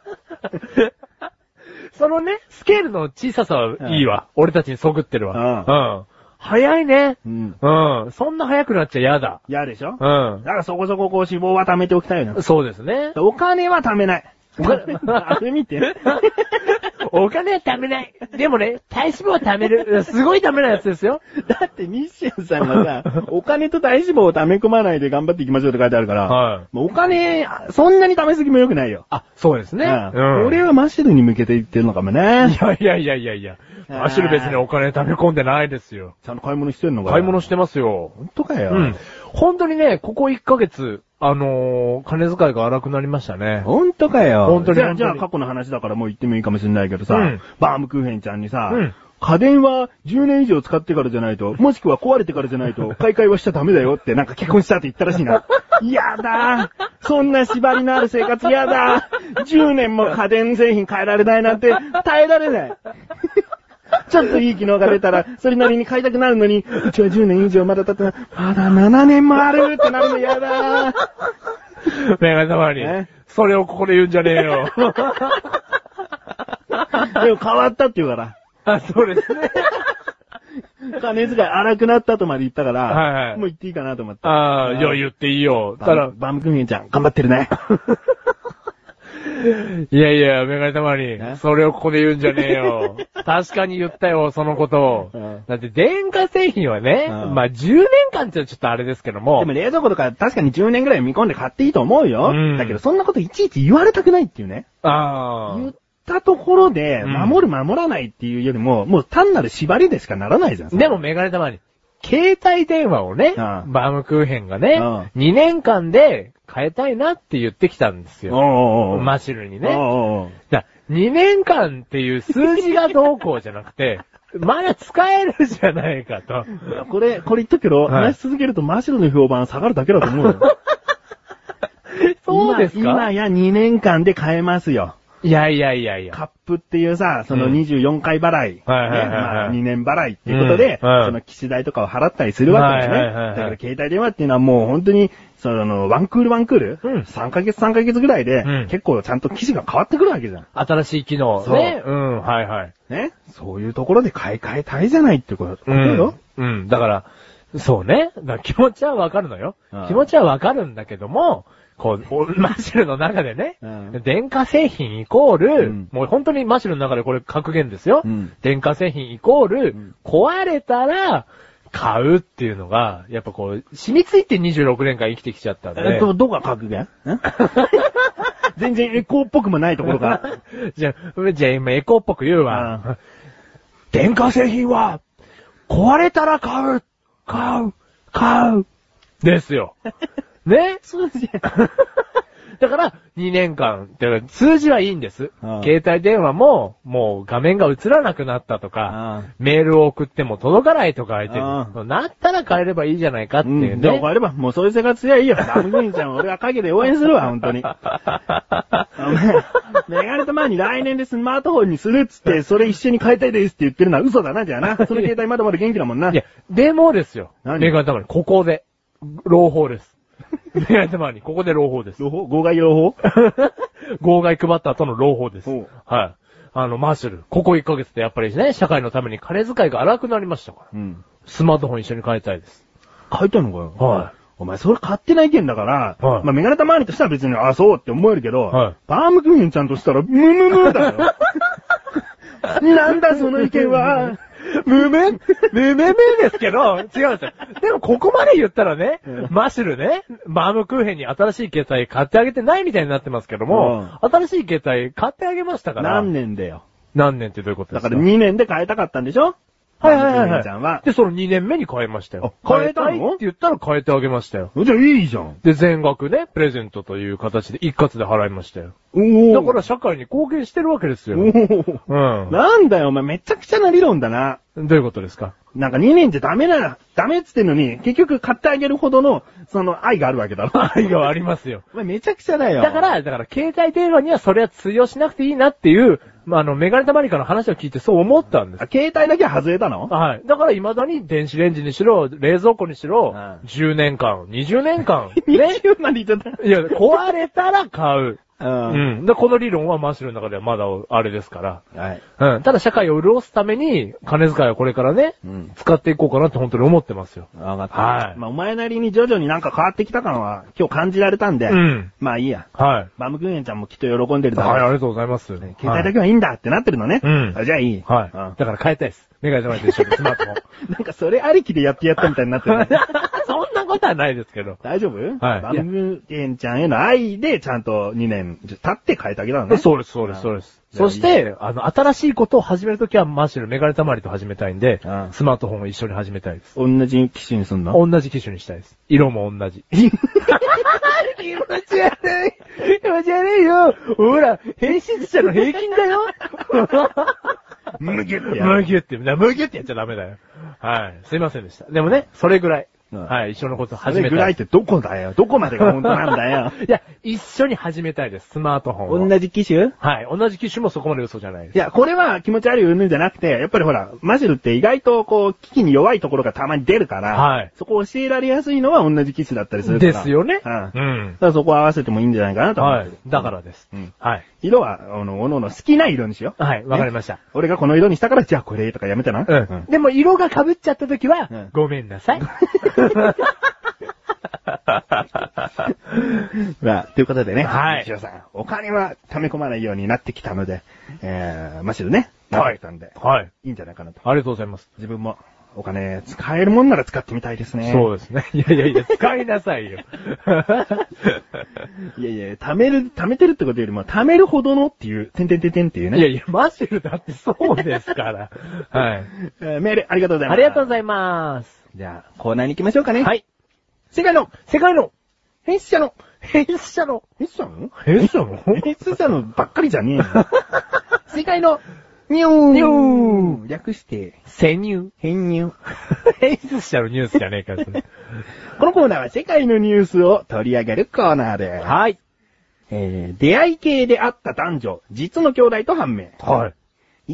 そのね、スケールの小ささはいいわ。俺たちにそぐってるわ。早いね。そんな早くなっちゃ嫌だ。 嫌でしょ？だからそこそこ脂肪は貯めておきたいよ。 そうですね。 お金は貯めない。あれ見て。 お金は貯めない。でもね、体脂肪は貯める。すごい貯めないやつですよ。 だって西尾さんがさ、お金と体脂肪を貯め込まないで頑張っていきましょうって書いてあるから、お金、そんなに貯めすぎも良くないよ。 そうですね。 俺はマッシュルに向けて言ってるのかもね。 いや。マッシュル別にお金貯め込んでないですよ。 ちゃんと買い物してんのかよ。 買い物してますよ。 本当かよ。 本当にね、ここ1ヶ月、金遣いが荒くなりましたね。 本当かよ。 本当に。 じゃあ過去の話だからもう言ってもいいかもしれないけどさ、バームクーヘンちゃんにさ、家電は10年以上使ってからじゃないと、もしくは壊れてからじゃないと、買い替えはしちゃダメだよってなんか結婚したって言ったらしいな。やだー。そんな縛りのある生活やだー。10年も家電製品変えられないなんて耐えられない。ちょっといい機能が出たら、それなりに買いたくなるのに、うちは10年以上まだ経ってない、まだ7年もあるってなるのやだー。 メガネたまに、それをここで言うんじゃねえよ。 でも変わったって言うから。 そうですね。 金遣い荒くなったとまで言ったから、もう言っていいかなと思った。 言っていいよ。 バームクーヘンちゃん、頑張ってるね。 いや、メガネたまに、それをここで言うんじゃねえよ。確かに言ったよ、そのことを。だって電化製品はね、まあ10年間ってちょっとあれですけども。 でも冷蔵庫とか確かに10年ぐらい見込んで買っていいと思うよ。だけどそんなこといちいち言われたくないっていうね。言ったところで、守らないっていうよりも、もう単なる縛りでしかならないじゃん。 でもメガネたまに、携帯電話をね、バームクーヘンがね、2年間で変えたいなって言ってきたんですよ。マシルにね。2年間っていう数字がどうこうじゃなくて、まだ使えるじゃないかと。 これ言っとくけど、話し続けるとマシルの評判下がるだけだと思うよ。 そうですか？ 今や2年間で買えますよ。 いや。 カップっていうさ、その24回払い。まあ2年払いっていうことで、その機種代とかを払ったりするわけですね。だから携帯電話っていうのはもう本当に、ワンクール、3ヶ月ぐらいで、結構ちゃんと機種が変わってくるわけじゃん。 新しい機能ね。 ね。そういうところで買い替えたいじゃないってことよ。 だから、そうね。だから気持ちはわかるのよ。気持ちはわかるんだけども、こう、マシュルの中でね、電化製品イコール、もう本当にマシュルの中でこれ格言ですよ。電化製品イコール、壊れたら買うっていうのが、やっぱこう、染みついて26年間生きてきちゃったんで。 どこが格言全然エコーっぽくもないところが。 じゃあ今エコーっぽく言うわ。電化製品は、壊れたら買うですよ。ね？ そうじゃん。 だから、2年間、数字はいいんです。携帯電話も、もう画面が映らなくなったとか、メールを送っても届かないとか相手に。なったら変えればいいじゃないかっていうね。 変えれば、もうそういう生活やいいよ。バムグニちゃん俺は陰で応援するわ、本当に。メガネと前に来年でスマートフォンにするっつって、それ一緒に変えたいですって言ってるのは嘘だな、じゃあな。その携帯まだまだ元気だもんな。 いや、でもですよ。メガネと前に、ここで、朗報です。メガネと前に、ここで朗報です。 号外朗報号外配った後の朗報です。はい。マーシュル、ここ1ヶ月でやっぱりね、社会のために金遣いが荒くなりましたから。スマートフォン一緒に変えたいです。 変えたのかよ。 はい。 お前、それ勝手な意見だから、まあ、メガネたまわりとしたら別に、そうって思えるけど、バームクーヘンちゃんとしたら、ムだよ。なんだその意見は。 むめですけど、違うんですよ。でもここまで言ったらね、マシュルね、バームクーヘンに新しい携帯買ってあげてないみたいになってますけども、新しい携帯買ってあげましたから。 何年でよ。 何年ってどういうことですか？ だから2年で変えたかったんでしょ？ はい。で、その2年目に変えましたよ。 変えたの？ って言ったら変えてあげましたよ。 じゃあいいじゃん。 で、全額ね、プレゼントという形で一括で払いましたよ。だから社会に貢献してるわけですよ。 なんだよ、お前めちゃくちゃな理論だな。 どういうことですか？ なんか2年じゃダメっつってんのに、結局買ってあげるほどの、愛があるわけだろ。 愛がありますよ。 お前めちゃくちゃだよ。 だから、携帯電話にはそれは通用しなくていいなっていう、メガネたまりかの話を聞いてそう思ったんです。 携帯だけは外れたの？ はい。だから未だに電子レンジにしろ、冷蔵庫にしろ、10年間、20年間。 ね。20まで言っちゃった。 いや、壊れたら買う。で、この理論はマッシュルの中ではまだあれですから。ただ社会を潤すために、金遣いをこれからね、使っていこうかなって本当に思ってますよ。 わかった。はい。お前なりに徐々になんか変わってきた感は今日感じられたんで、まあいいや。はい。バームクーヘンちゃんもきっと喜んでるだろう。 はい、ありがとうございます。 携帯だけはいいんだってなってるのね。じゃあいい。 はい。だから変えたいです。メガネ様と一緒にスマートフォン。 なんかそれありきでやったみたいになってる。 そんなことはないですけど。 大丈夫？はい。バームクーヘンちゃんへの愛でちゃんと2年経って変えてあげたのね。 そうです。そして、新しいことを始めるときはマッシュルメガネたまりと始めたいんで、スマートフォンを一緒に始めたいです。 同じ機種にすんの？ 同じ機種にしたいです。色も同じ。気持ち悪いよ。ほら、変質者の平均だよ。 むぎゅってやっちゃダメだよ。はい。すいませんでした。でもね、それぐらい。はい、一緒のこと始めたい。 それぐらいってどこだよ。どこまでが本当なんだよ。 いや、一緒に始めたいです、スマートフォンを。 同じ機種？ はい、同じ機種もそこまで嘘じゃないです。 いや、これは気持ち悪い云々じゃなくて、やっぱりほら、マジルって意外と機器に弱いところがたまに出るから、はい。そこを教えられやすいのは同じ機種だったりするから。 ですよね。 だからそこを合わせてもいいんじゃないかなと思って。 はい。だからです。はい。 色は、おの好きな色にしよう。はい、わかりました。 俺がこの色にしたから、じゃあこれとかやめたな。 でも色が被っちゃった時は、ごめんなさい。 まあ、ということでね。 はい。 西尾さん、お金は溜め込まないようになってきたので、マシルね、なってきたんで、 はい。 いいんじゃないかなと。 ありがとうございます。 自分も、お金使えるもんなら使ってみたいですね。 そうですね。いや、使いなさいよ。 いや、貯めてるってことよりも、貯めるほどのっていう、てんっていうね。 いや、マシルだってそうですから。はい。 メール、ありがとうございます。 ありがとうございます。 じゃあ、コーナーに行きましょうかね。 はい。 世界の、変質者のばっかりじゃねえよ。世界の、ニュー略して、 潜入。 編入。 変質者のニュースじゃねえか、それ。 このコーナーは世界のニュースを取り上げるコーナーです。 はい。 出会い系であった男女、実の兄弟と判明。 はい。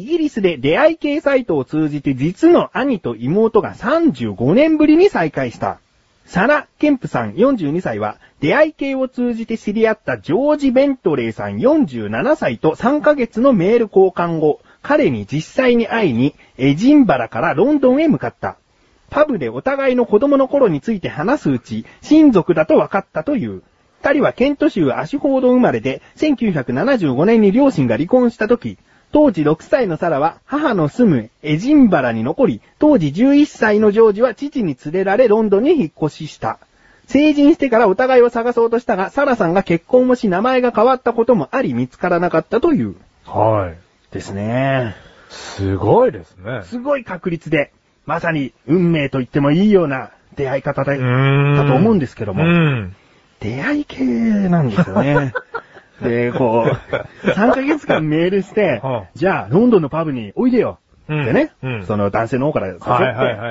イギリスで出会い系サイトを通じて実の兄と妹が35年ぶりに再会した。サラ・ケンプさん42歳は、出会い系を通じて知り合ったジョージ・ベントレーさん47歳と3ヶ月のメール交換後、彼に実際に会いに、エジンバラからロンドンへ向かった。パブでお互いの子供の頃について話すうち、親族だと分かったという。二人はケント州アシュフォード生まれで、1975年に両親が離婚した時、当時6歳のサラは母の住むエジンバラに残り、当時11歳のジョージは父に連れられロンドンに引っ越しした。成人してからお互いを探そうとしたが、サラさんが結婚をし名前が変わったこともあり見つからなかったという。 はい。 ですね。 すごいですね。 すごい確率で、まさに運命と言ってもいいような出会い方だと思うんですけども。出会い系なんですよね。で、こう、3ヶ月間メールして、じゃあ、ロンドンのパブにおいでよ。ってね、その男性の方から誘って、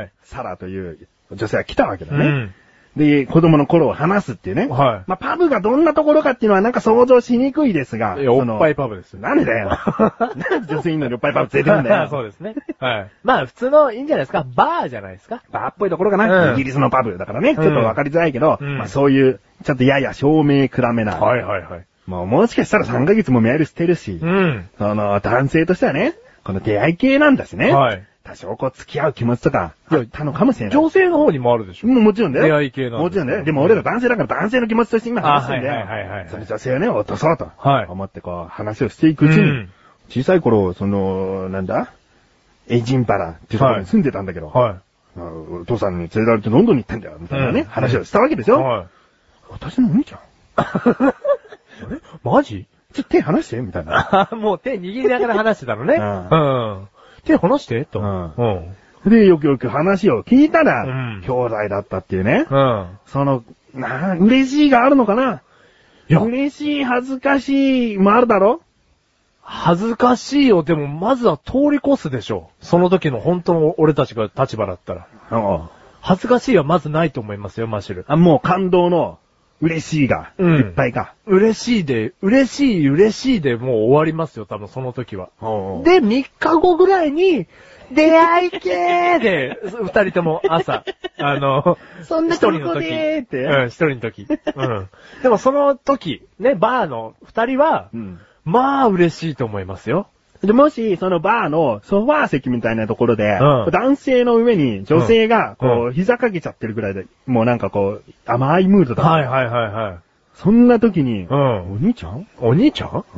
サラという女性が来たわけだね。で、子供の頃を話すっていうね。まあ、パブがどんなところかっていうのはなんか想像しにくいですが。 いや、おっぱいパブですよ。 なんでだよ。なんで女性いいのにおっぱいパブ連れてるんだよ。 そうですね。はい。まあ、普通のいいんじゃないですか。バーじゃないですか。 バーっぽいところかな。イギリスのパブだからね。ちょっとわかりづらいけど、まあそういう、ちょっとやや照明暗めな。まあもしかしたら3ヶ月もメールしてるし、その男性としてはね、この出会い系なんだしね。多少こう付き合う気持ちとか、あったのかもしれない。 女性の方にもあるでしょ。 もちろんだよ。 出会い系なんだ。 もちろんだよ。でも俺ら男性だから男性の気持ちとして今話してんだよ。その女性をね、落とそうと。思ってこう話をしていくうちに、小さい頃、その、なんだエジンバラっていうところに住んでたんだけど、お父さんに連れられてロンドンに行ったんだよ、みたいなね、話をしたわけですよ。私のお兄ちゃんあれマジちょっと手離してみたいな。 もう手握りながら話してたのね。手離してと。 で、よくよく話を聞いたら、兄弟だったっていうね。その、嬉しいがあるのかな。嬉しい、恥ずかしいもあるだろ。 恥ずかしいよ。でも、まずは通り越すでしょ。その時の本当の俺たちが立場だったら。恥ずかしいはまずないと思いますよ、マシュル。 もう感動の、嬉しいが、いっぱいか。 嬉しいでもう終わりますよ、多分その時は。で、3日後ぐらいに、出会い系で、二人とも朝、 そんなとこでーって。 一人の時。でもその時、ね、バーの二人は、まあ嬉しいと思いますよ。 で、もし、そのバーのソファー席みたいなところで、男性の上に女性が、こう、膝かけちゃってるぐらいで、もうなんかこう、甘いムードだ。そんな時に、お兄ちゃん兄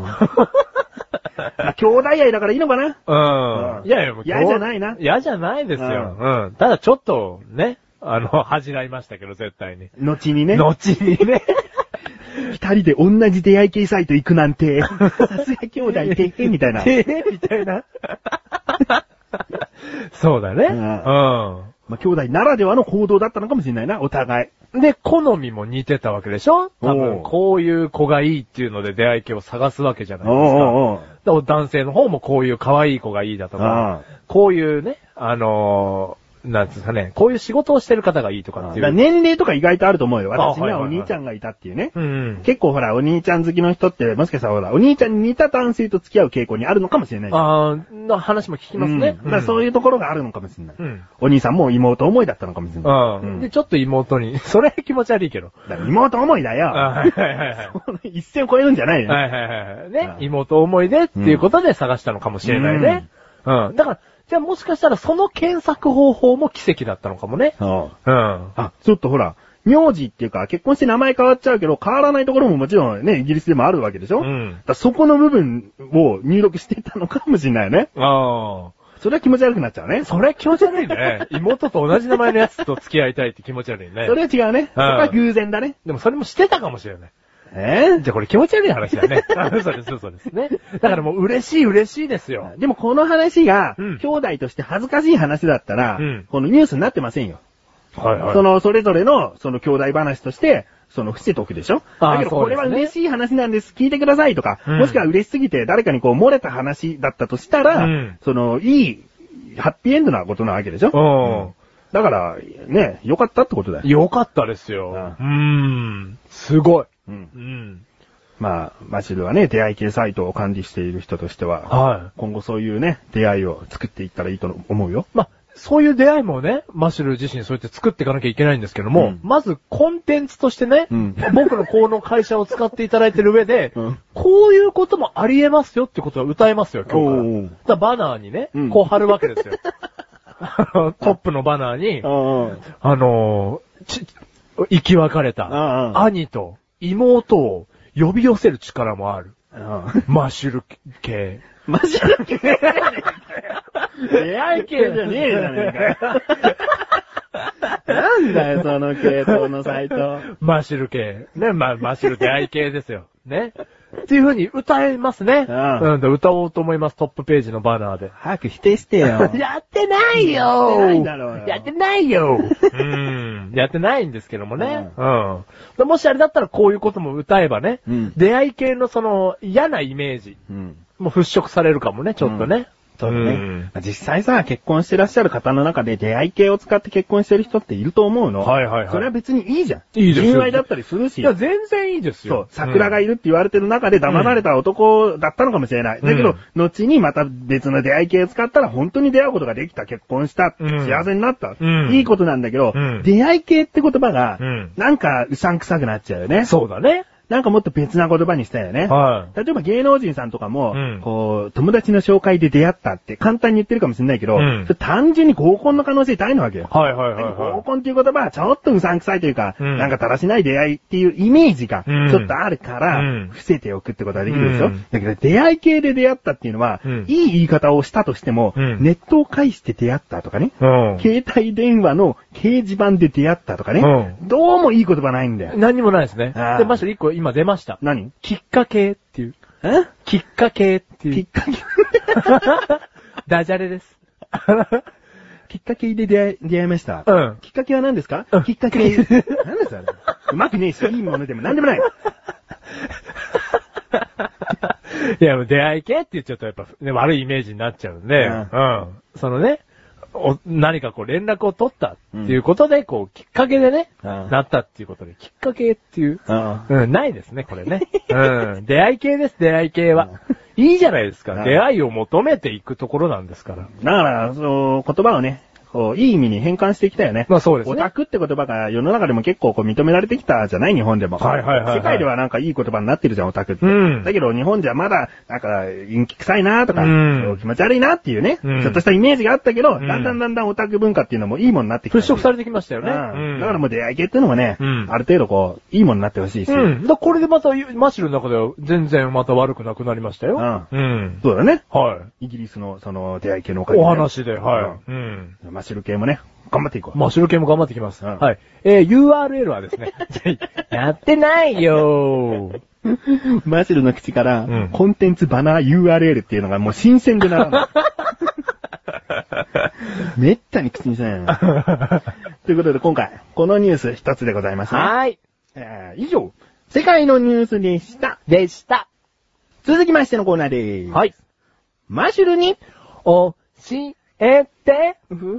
弟愛だからいいのかな。 いやいや、もう嫌じゃないな。 嫌じゃないですよ。ただちょっと、ね、恥じらいましたけど、絶対に。 後にね。二人で同じ出会い系サイト行くなんて、さすが兄弟てへみたいな。 みたいな。そうだね。 まあ、兄弟ならではの行動だったのかもしれないな、お互い。で、好みも似てたわけでしょ多分、こういう子がいいっていうので出会い系を探すわけじゃないですか。男性の方もこういう可愛い子がいいだとか、こういうね、なんですかね、こういう仕事をしてる方がいいとかっていう。 年齢とか意外とあると思うよ。私にはお兄ちゃんがいたっていうね。結構ほら、お兄ちゃん好きの人って、もしかしたらほら、お兄ちゃんに似た男性と付き合う傾向にあるのかもしれない。 話も聞きますね。 そういうところがあるのかもしれない。お兄さんも妹思いだったのかもしれない。 で、ちょっと妹に、それ気持ち悪いけど。 妹思いだよ。一線を越えるんじゃないよ。 ね、妹思いでっていうことで探したのかもしれないね。だから、じゃあもしかしたらその検索方法も奇跡だったのかもね。 ちょっとほら、名字っていうか結婚して名前変わっちゃうけど変わらないところももちろんね、イギリスでもあるわけでしょ。そこの部分を入力してたのかもしれないよね。それは気持ち悪くなっちゃうね。 それは気持ち悪いね。妹と同じ名前のやつと付き合いたいって気持ち悪いね。 それは違うね。それは偶然だね。 でもそれもしてたかもしれない。じゃあこれ気持ち悪い話だね。そうですね。だからもう嬉しいですよ。 でもこの話が、兄弟として恥ずかしい話だったら、このニュースになってませんよ。それぞれの、その兄弟話として、伏せとくでしょ。だけどこれは嬉しい話なんです。聞いてくださいとか、もしくは嬉しすぎて誰かにこう漏れた話だったとしたら、いい、ハッピーエンドなことなわけでしょ。 だから、ね、良かったってことだよ。 良かったですよ。すごい。 まあ、マシルはね、出会い系サイトを管理している人としては、 はい。 今後そういうね、出会いを作っていったらいいと思うよ。 まあ、そういう出会いもね、マシュル自身そうやって作っていかなきゃいけないんですけども、まずコンテンツとしてね、僕のこの会社を使っていただいてる上で、こういうこともあり得ますよってことは歌えますよ、今日から。バナーにね、こう貼るわけですよ。トップのバナーに、生き別れた兄と妹を呼び寄せる力もある。マシュル系。 マシュル系出会い系じゃねえじゃねえかよ。なんだよ、その系統のサイト。 マシュル系。ね、マシュル出会い系ですよ。ね。っていう風に歌えますね。歌おうと思います、トップページのバナーで。 早く否定してよ。 やってないよやってないだろうよ。 やってないよやってないんですけどもね。もしあれだったらこういうことも歌えばね、出会い系のその嫌なイメージ、もう払拭されるかもね、ちょっとね。 そうね。実際さ、結婚してらっしゃる方の中で出会い系を使って結婚してる人っていると思うの。 はいはいはい。 それは別にいいじゃん。 いいですよ。 純愛だったりするし。 いや、全然いいですよ。 そう。桜がいるって言われてる中で騙された男だったのかもしれない。だけど、後にまた別の出会い系を使ったら本当に出会うことができた、結婚した、幸せになった。いいことなんだけど、出会い系って言葉が、なんかうさんくさくなっちゃうよね。 そうだね。 なんかもっと別な言葉にしたよね。はい。例えば芸能人さんとかも、こう、友達の紹介で出会ったって簡単に言ってるかもしれないけど、それ単純に合コンの可能性大なわけよ。 はいはいはい、 合コンっていう言葉はちょっとうさんくさいというか、なんかだらしない出会いっていうイメージがちょっとあるから、伏せておくってことができるでしょ。だけど出会い系で出会ったっていうのは、いい言い方をしたとしても、ネットを介して出会ったとかね、携帯電話の掲示板で出会ったとかね、どうもいい言葉ないんだよ。 何にもないですね。で、まして一個今出ました。 何？ きっかけっていう。きっかけっていう。 きっかけダジャレです。 きっかけで出会いました。きっかけは何ですか？きっかけ。何ですか？うまくねえし、いいものでも何でもない。 いや、出会い系って言っちゃうとやっぱ、ね、悪いイメージになっちゃうんで、そのね、何かこう連絡を取ったっていうことで、こう、きっかけでね、なったっていうことで、きっかけっていう、ないですね、これね。出会い系です、出会い系は。いいじゃないですか。出会いを求めていくところなんですから。 だから、その、言葉をね、こう、いい意味に変換してきたよね。 まあそうですね。 オタクって言葉が世の中でも結構こう認められてきたじゃない？日本でも。世界ではなんかいい言葉になってるじゃん、オタクって。だけど日本じゃまだ、なんか、陰気臭いなとか、気持ち悪いなっていうね、ちょっとしたイメージがあったけど、だんだんオタク文化っていうのもいいものになってきた。 払拭されてきましたよね。 だからもう出会い系っていうのもね、ある程度こう、いいものになってほしいし。 これでまた、マシルの中では全然また悪くなくなりましたよ。 そうだね。 はい。 イギリスのその出会い系のおかげで。お話で、はい。 マシル系もね、頑張っていこう。 マシュル系も頑張ってきます。はい。URL はですね。やってないよー。 マシュルの口から、コンテンツバナー URL っていうのがもう新鮮でならない。めったに口にしないな。ということで今回、このニュース一つでございますね。 はい。 以上、世界のニュースでした。続きましてのコーナーでーす。 はい。 マシュルに、 教えて、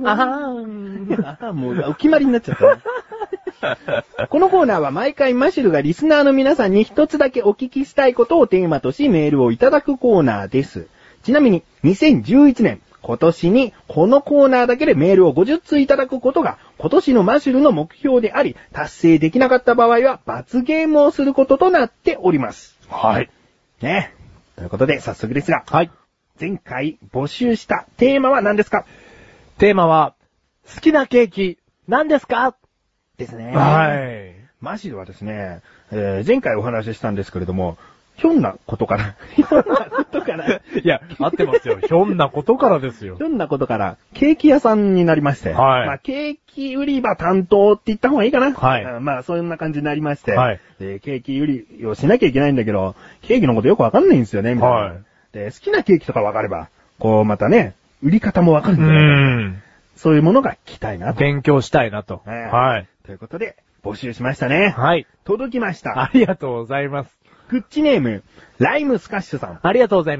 もうお決まりになっちゃったね。このコーナーは毎回マシュルがリスナーの皆さんに一つだけお聞きしたいことをテーマとしメールをいただくコーナーです。ちなみに2011年、今年にこのコーナーだけでメールを50通いただくことが今年のマシュルの目標であり、達成できなかった場合は罰ゲームをすることとなっております。 はい。 ね。ということで早速ですが、 はい。 前回募集したテーマは何ですか？ テーマは、好きなケーキ、何ですか？ ですね。 はい。 マシルはですね、前回お話ししたんですけれども、ひょんなことから。 いや、合ってますよ。ひょんなことからですよ。 ひょんなことから、ケーキ屋さんになりまして。 はい。 まあ、ケーキ売り場担当って言った方がいいかな。 はい。 まあ、そんな感じになりまして。 はい。 で、ケーキ売りをしなきゃいけないんだけど、ケーキのことよくわかんないんですよね、みたいな。はい。で、好きなケーキとかわかれば、こう、またね、売り方もわかるんじゃないか。そういうものが聞きたいなと。 勉強したいなと。はい。 ということで、募集しましたね。 はい。 届きました。 ありがとうございます。 グッチネーム、ライムスカッシュさん。 ありがとうございます。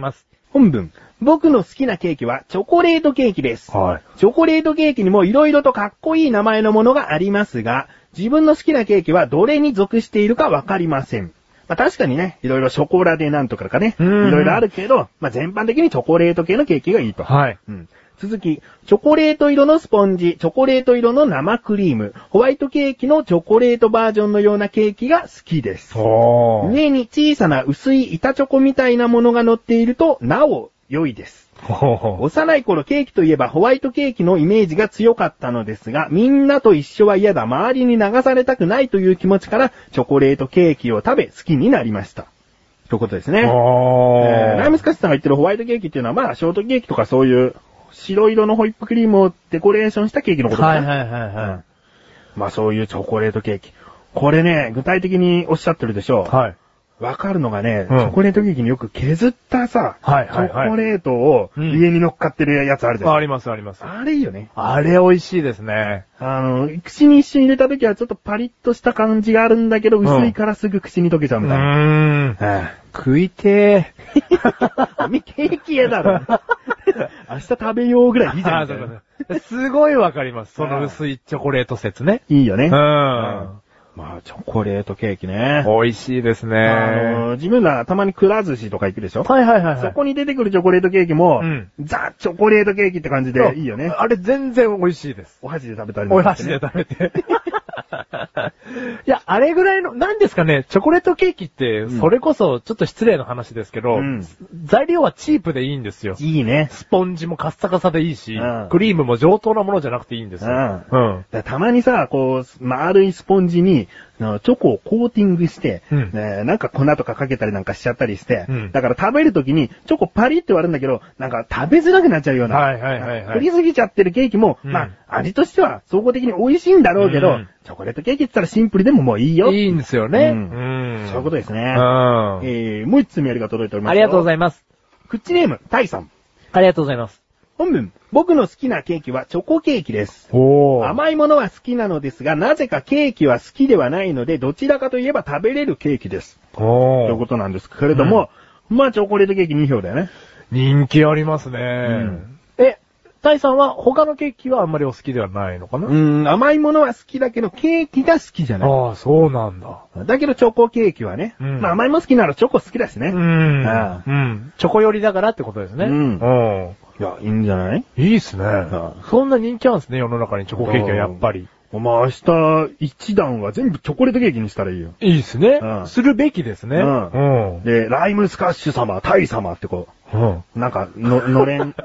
本文。僕の好きなケーキはチョコレートケーキです。はい。チョコレートケーキにも色々とかっこいい名前のものがありますが、自分の好きなケーキはどれに属しているかわかりません。まあ確かにね、いろいろショコラでなんとかね、いろいろあるけど、まあ全般的にチョコレート系のケーキがいいと。はい。うん。続き、チョコレート色のスポンジ、チョコレート色の生クリーム、ホワイトケーキのチョコレートバージョンのようなケーキが好きです。上に小さな薄い板チョコみたいなものが乗っていると、なお良いです。幼い頃ケーキといえばホワイトケーキのイメージが強かったのですが、みんなと一緒は嫌だ、周りに流されたくないという気持ちから、チョコレートケーキを食べ好きになりました。ということですね。ライムスカッシュさんが言ってるホワイトケーキっていうのは、まあ、ショートケーキとかそういう白色のホイップクリームをデコレーションしたケーキのことかな。はいはいはいはい。まあ、そういうチョコレートケーキ。これね、具体的におっしゃってるでしょう。はい。わかるのがね、チョコレートケーキによく削ったさ、チョコレートを上に乗っかってるやつあるじゃん。 ありますあります。 あれいいよね。 あれ美味しいですね。 口に一瞬入れた時はちょっとパリッとした感じがあるんだけど、薄いからすぐ口に溶けちゃうみたいな。 食いてー。ケーキ屋だろ。明日食べようぐらいいいじゃん。 すごいわかります。その薄いチョコレート説ね。 いいよね。まあ、チョコレートケーキね。 美味しいですね。 自分らたまにくら寿司とか行くでしょ？ はいはいはい。 そこに出てくるチョコレートケーキも、ザ・チョコレートケーキって感じでいいよね。 あれ全然美味しいです。 お箸で食べたりお箸で食べて。いや、あれぐらいの、なんですかね、チョコレートケーキって、それこそちょっと失礼な話ですけど、材料はチープでいいんですよ。 いいね。 スポンジもカッサカサでいいし、クリームも上等なものじゃなくていいんですよ。 たまにさ、こう、丸いスポンジに、チョコをコーティングして、なんか粉とかかけたりなんかしちゃったりして、だから食べるときにチョコパリって割るんだけど、なんか食べづらくなっちゃうような、振りすぎちゃってるケーキも、まあ、味としては総合的に美味しいんだろうけど、チョコレートケーキって言ったらシンプルでももういいよ。 いいんですよね。 そういうことですね。もう一つメールが届いております。 ありがとうございます。 クッチネーム、タイさん。 ありがとうございます。 本文、僕の好きなケーキはチョコケーキです。甘いものは好きなのですが、なぜかケーキは好きではないので、どちらかといえば食べれるケーキです。ということなんですけれども、まあチョコレートケーキ2票だよね。 人気ありますね。タイさんは他のケーキはあんまりお好きではないのかな？ 甘いものは好きだけど、ケーキが好きじゃない。 ああ、そうなんだ。 だけどチョコケーキはね。まあ甘いもの好きならチョコ好きだしね。 チョコ寄りだからってことですね。 いや、いいんじゃない？ いいっすね。そんな人気あるんですね、世の中にチョコケーキはやっぱり。 まあ明日一段は全部チョコレートケーキにしたらいいよ。 いいっすね。するべきですね。 で、ライムスカッシュ様、タイ様ってこう。なんか、のれん。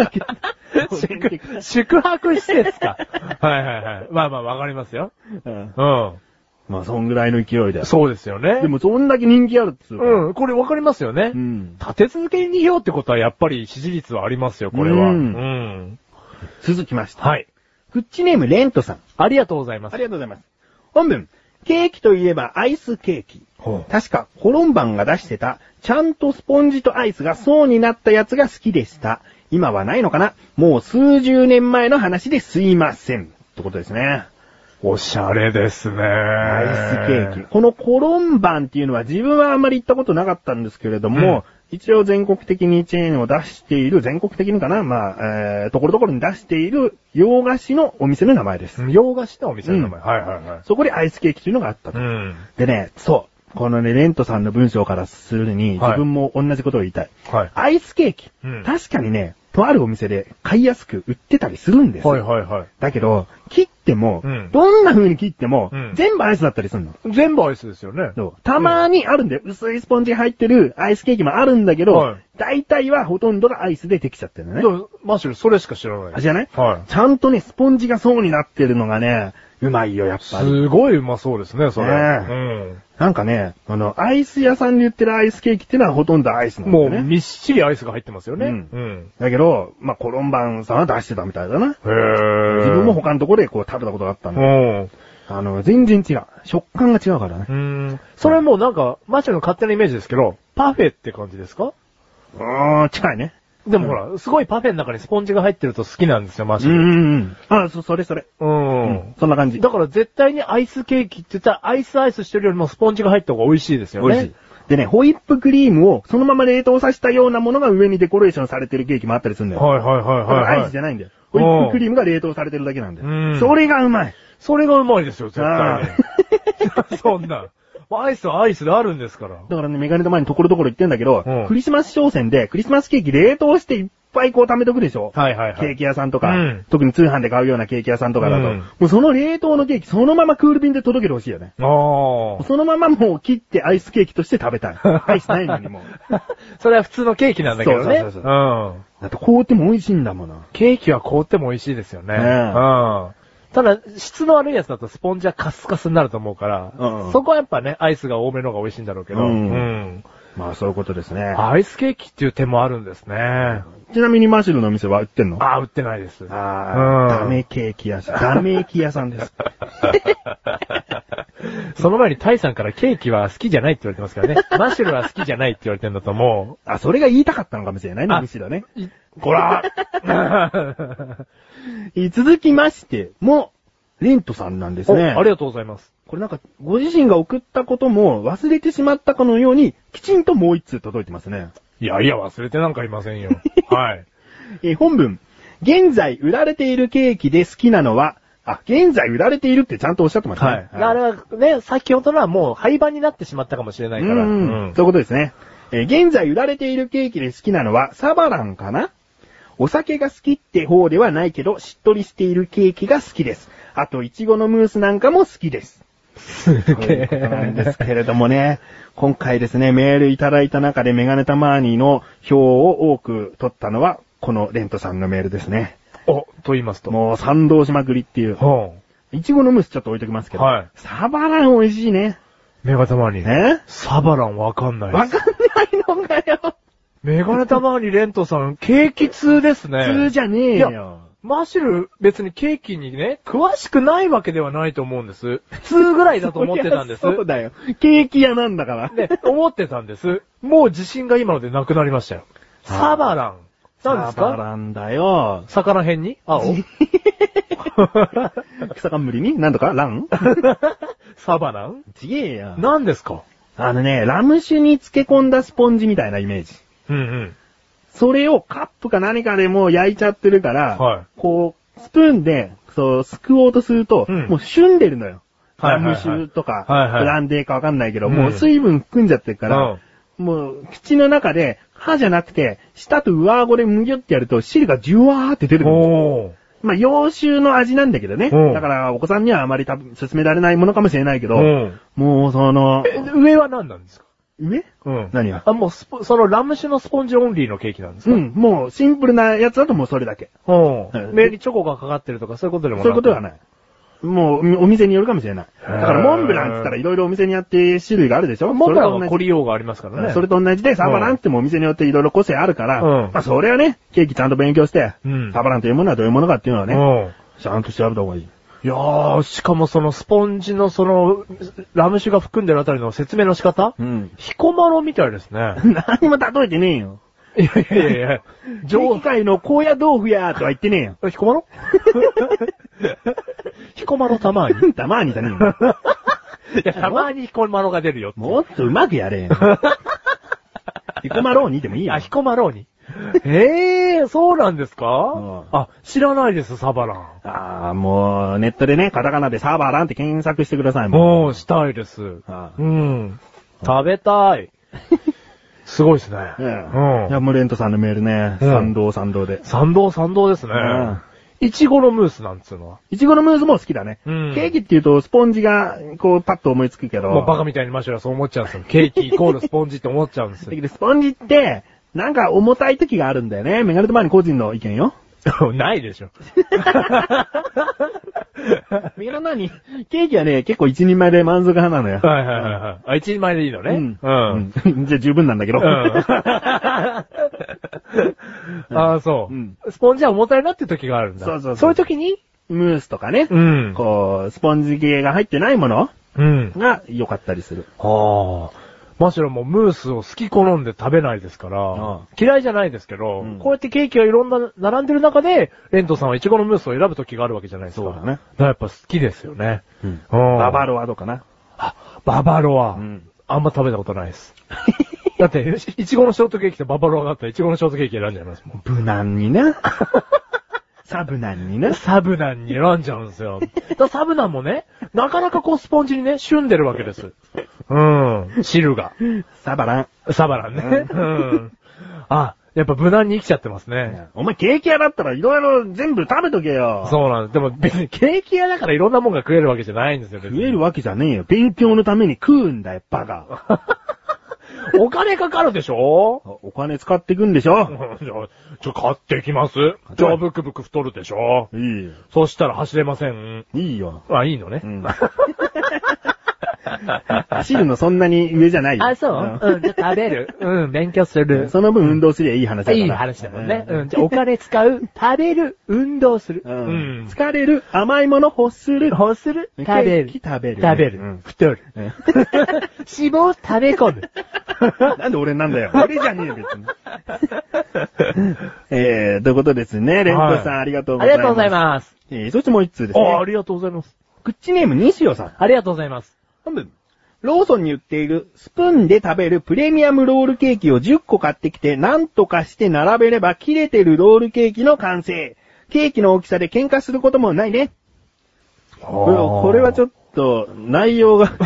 宿泊施設か。はいはいはい。まあまあわかりますよ。 まあそんぐらいの勢いだよ。 そうですよね。 でもそんだけ人気あるっつうこれわかりますよね。立て続けに2票ってことはやっぱり支持率はありますよ、これは。 続きました。 はい。 クッチネームレントさん。 ありがとうございます。 ありがとうございます。本文。ケーキといえばアイスケーキ。確かコロンバンが出してた、ちゃんとスポンジとアイスが層になったやつが好きでした。今はないのかな？もう数十年前の話ですいません。ってことですね。 おしゃれですね。 アイスケーキ。このコロンバンっていうのは自分はあんまり行ったことなかったんですけれども、一応全国的にチェーンを出している、全国的にかな？まあ、ところどころに出している洋菓子のお店の名前です。 洋菓子のお店の名前。はいはいはい。 そこでアイスケーキというのがあったと。でね、そう。このね、レントさんの文章からするに、自分も同じことを言いたい。アイスケーキ。確かにね、とあるお店で買いやすく売ってたりするんですよ。だけど、切っても、どんな風に切っても、全部アイスだったりするの。 全部アイスですよね。 たまにあるんで、薄いスポンジ入ってるアイスケーキもあるんだけど、大体はほとんどがアイスでできちゃってるのね。 マシュル、それしか知らない。 知らない？ちゃんとね、スポンジが層になってるのがね、うまいよ、やっぱり。 すごいうまそうですね、それ。 なんかね、アイス屋さんで売ってるアイスケーキっていうのはほとんどアイスなんだよね。 もう、みっしりアイスが入ってますよね。 だけど、まあ、コロンバンさんは出してたみたいだな。自分も他のところでこう食べたことがあったんだ。全然違う。食感が違うからね。 それはもうなんか、マシュの勝手なイメージですけど、パフェって感じですか？ 近いね。 でもほら、すごいパフェの中にスポンジが入ってると好きなんですよ、マシュ。 それ。そんな感じ。 だから絶対にアイスケーキって言ったら、アイスしてるよりもスポンジが入った方が美味しいですよね。美味しい。 でね、ホイップクリームをそのまま冷凍させたようなものが上にデコレーションされてるケーキもあったりするんだよ。 はいはいはいはい。 だからアイスじゃないんだよ。ホイップクリームが冷凍されてるだけなんだよ。それがうまい。 それがうまいですよ、絶対に。そんな。アイスはアイスであるんですから。 だからね、メガネと前にところどころ言ってんだけど、クリスマス商戦でクリスマスケーキ冷凍していっぱいこう貯めとくでしょ。 はいはいはい。 ケーキ屋さんとか、特に通販で買うようなケーキ屋さんとかだと、もうその冷凍のケーキそのままクール便で届けてほしいよね。そのままもう切ってアイスケーキとして食べたい。アイスないのにもう。 それは普通のケーキなんだけどね。 そう。だって凍っても美味しいんだもんな。 ケーキは凍っても美味しいですよね。ただ、質の悪いやつだとスポンジはカスカスになると思うから、そこはやっぱね、アイスが多めの方が美味しいんだろうけど。 まあそういうことですね。 アイスケーキっていう手もあるんですね。 ちなみにマシュルの店は売ってんの？ 売ってないです。 ダメケーキ屋さん。ダメーキ屋さんです。 その前にタイさんからケーキは好きじゃないって言われてますからね。マシュルは好きじゃないって言われてるんだと思う。それが言いたかったのかもしれないね、むしろね。 こら続きまして、レントさんなんですね。 ありがとうございます。 これなんか、ご自身が送ったことも忘れてしまったかのように、きちんともう一通届いてますね。 いやいや、忘れてなんかいませんよ。はい。 本文。現在売られているケーキで好きなのは、現在売られているってちゃんとおっしゃってますね。はい。 あれはね、先ほどのはもう廃盤になってしまったかもしれないから。 そういうことですね。現在売られているケーキで好きなのは、サバランかな？お酒が好きって方ではないけど、しっとりしているケーキが好きです。あと、いちごのムースなんかも好きです。 すげえ。 そうなんですけれどもね、今回ですね、メールいただいた中でメガネタマーニーの票を多く取ったのは、このレントさんのメールですね。 と言いますと。 もう賛同しまくりっていう。いちごのムースちょっと置いときますけど。はい。サバラン美味しいね。 メガネタマーニー。サバランわかんないです。 わかんないのかよ。 メガネタマーニーレントさん、ケーキ通ですね。 通じゃねえよ。 マシュル、別にケーキにね、詳しくないわけではないと思うんです。普通ぐらいだと思ってたんです。 そうだよ。ケーキ屋なんだから。 ね、思ってたんです。もう自信が今のでなくなりましたよ。サバラン。何ですか？ サバランだよ。 魚辺に青草冠に何とかランサバランちげえよ。 何ですか？ ラム酒に漬け込んだスポンジみたいなイメージ。それをカップか何かでもう焼いちゃってるから、こう、スプーンで、すくおうとすると、もう旬でるのよ。ラム酒とか、ブランデーかわかんないけど、もう水分含んじゃってるから、もう、口の中で、歯じゃなくて、舌と上顎でむぎゅってやると、汁がジュワーって出てくる。まあ、洋酒の味なんだけどね。だから、お子さんにはあまり勧められないものかもしれないけど、もう上は何なんですか？ 上？何が？ もうそのラム酒のスポンジオンリーのケーキなんですか？ もうシンプルなやつだともうそれだけ。 上にチョコがかかってるとかそういうことでもない？ そういうことではない。もう、お店によるかもしれない。だから、モンブランって言ったらいろいろお店によって種類があるでしょ？ モンブランはコリオーがありますからね。 それと同じで、サバランってもお店によっていろいろ個性あるから、まあ、それはね、ケーキちゃんと勉強して、サバランというものはどういうものかっていうのはね、ちゃんと調べた方がいい。 いやー、しかもそのスポンジのラム酒が含んでるあたりの説明の仕方？ヒコマロみたいですね。 何も例えてねえよ。 いや。 上海の高野豆腐やーとは言ってねえよ。 ヒコマロヒコマロたまーにたまーにだねえよ。 いや、たまーにヒコマロが出るよ。 もっとうまくやれよ。ヒコマローニでもいいよ。 ヒコマローニそうなんですか？知らないです、サバラン。 もう、ネットでね、カタカナでサバランって検索してくださいもう。したいです。食べたい。すごいですね。 いや、もうレントさんのメールね、賛同で。 賛同ですね。いちごのムースなんつうのは。 いちごのムースも好きだね。ケーキって言うと、スポンジが、こう、パッと思いつくけど。 もうバカみたいにマシュラそう思っちゃうんですよ。ケーキイコールスポンジって思っちゃうんですよ。 だけど、スポンジって、なんか重たい時があるんだよね。メガネと前に個人の意見よ。 ないでしょ。 メガネケーキはね、結構一人前で満足派なのよ。 はい。一人前でいいのね。 じゃあ十分なんだけど。 そう。スポンジは重たいなって時があるんだ。そういう時にムースとかね。こう、スポンジ系が入ってないものが良かったりする。 マシュラもムースを好き好んで食べないですから、嫌いじゃないですけど、こうやってケーキがいろんな並んでる中で、レントさんはイチゴのムースを選ぶ時があるわけじゃないですか。 そうだね。 だからやっぱ好きですよね。 ババロアとかな。 ババロア。 あんま食べたことないです。だって、いちごのショートケーキとババロアがあったらいちごのショートケーキ選んじゃいますもん。 無難にな。サブナンにね。 サブナンに選んじゃうんですよ。サブナンもね、なかなかこうスポンジにね、旬でるわけです。うん。汁が。 サバラン。 サバランね。うん。あ、やっぱ無難に生きちゃってますね。 お前ケーキ屋だったらいろいろ全部食べとけよ。 そうなんです。でも別にケーキ屋だからいろんなもんが食えるわけじゃないんですよ。 食えるわけじゃねえよ。勉強のために食うんだよ、バカ。 お金かかるでしょ？ お金使ってくんでしょ？ じゃ、買ってきます。じゃあ、ブクブク太るでしょ？ いいよ。 そしたら走れません。 いいよ。 あ、いいのね。 うん、走るのそんなに上じゃないよ。 あ、そう？うん、じゃあ食べる。うん、勉強する。 その分運動すりゃいい話だから。 いい話だもんね。うん、じゃあお金使う、食べる、運動する。 うん。疲れる、甘いもの欲する。 欲する、食べる。 食べる。 食べる。太る。脂肪食べ込む。 なんで俺なんだよ。俺じゃねえよ、別に。ということですね。レンコさん、ありがとうございます。 ありがとうございます。 そしてもう一通ですね。 ありがとうございます。 クッチネーム西尾さん。 ありがとうございます。 本文。ローソンに売っているスプーンで食べるプレミアムロールケーキを10個買ってきて何とかして並べれば切れてるロールケーキの完成。ケーキの大きさで喧嘩することもないね。これはちょっと内容が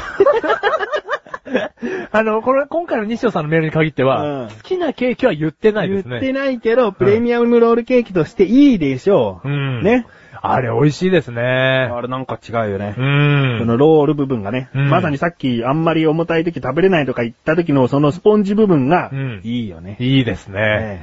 今回の西尾さんのメールに限っては、好きなケーキは言ってないですね。 言ってないけど、プレミアムロールケーキとしていいでしょう。 うん。 ね。 あれ美味しいですね。 あれなんか違うよね。 うん。 そのロール部分がね。まさにさっきあんまり重たい時食べれないとか言った時のそのスポンジ部分が、いいよね。 いいですね。うん。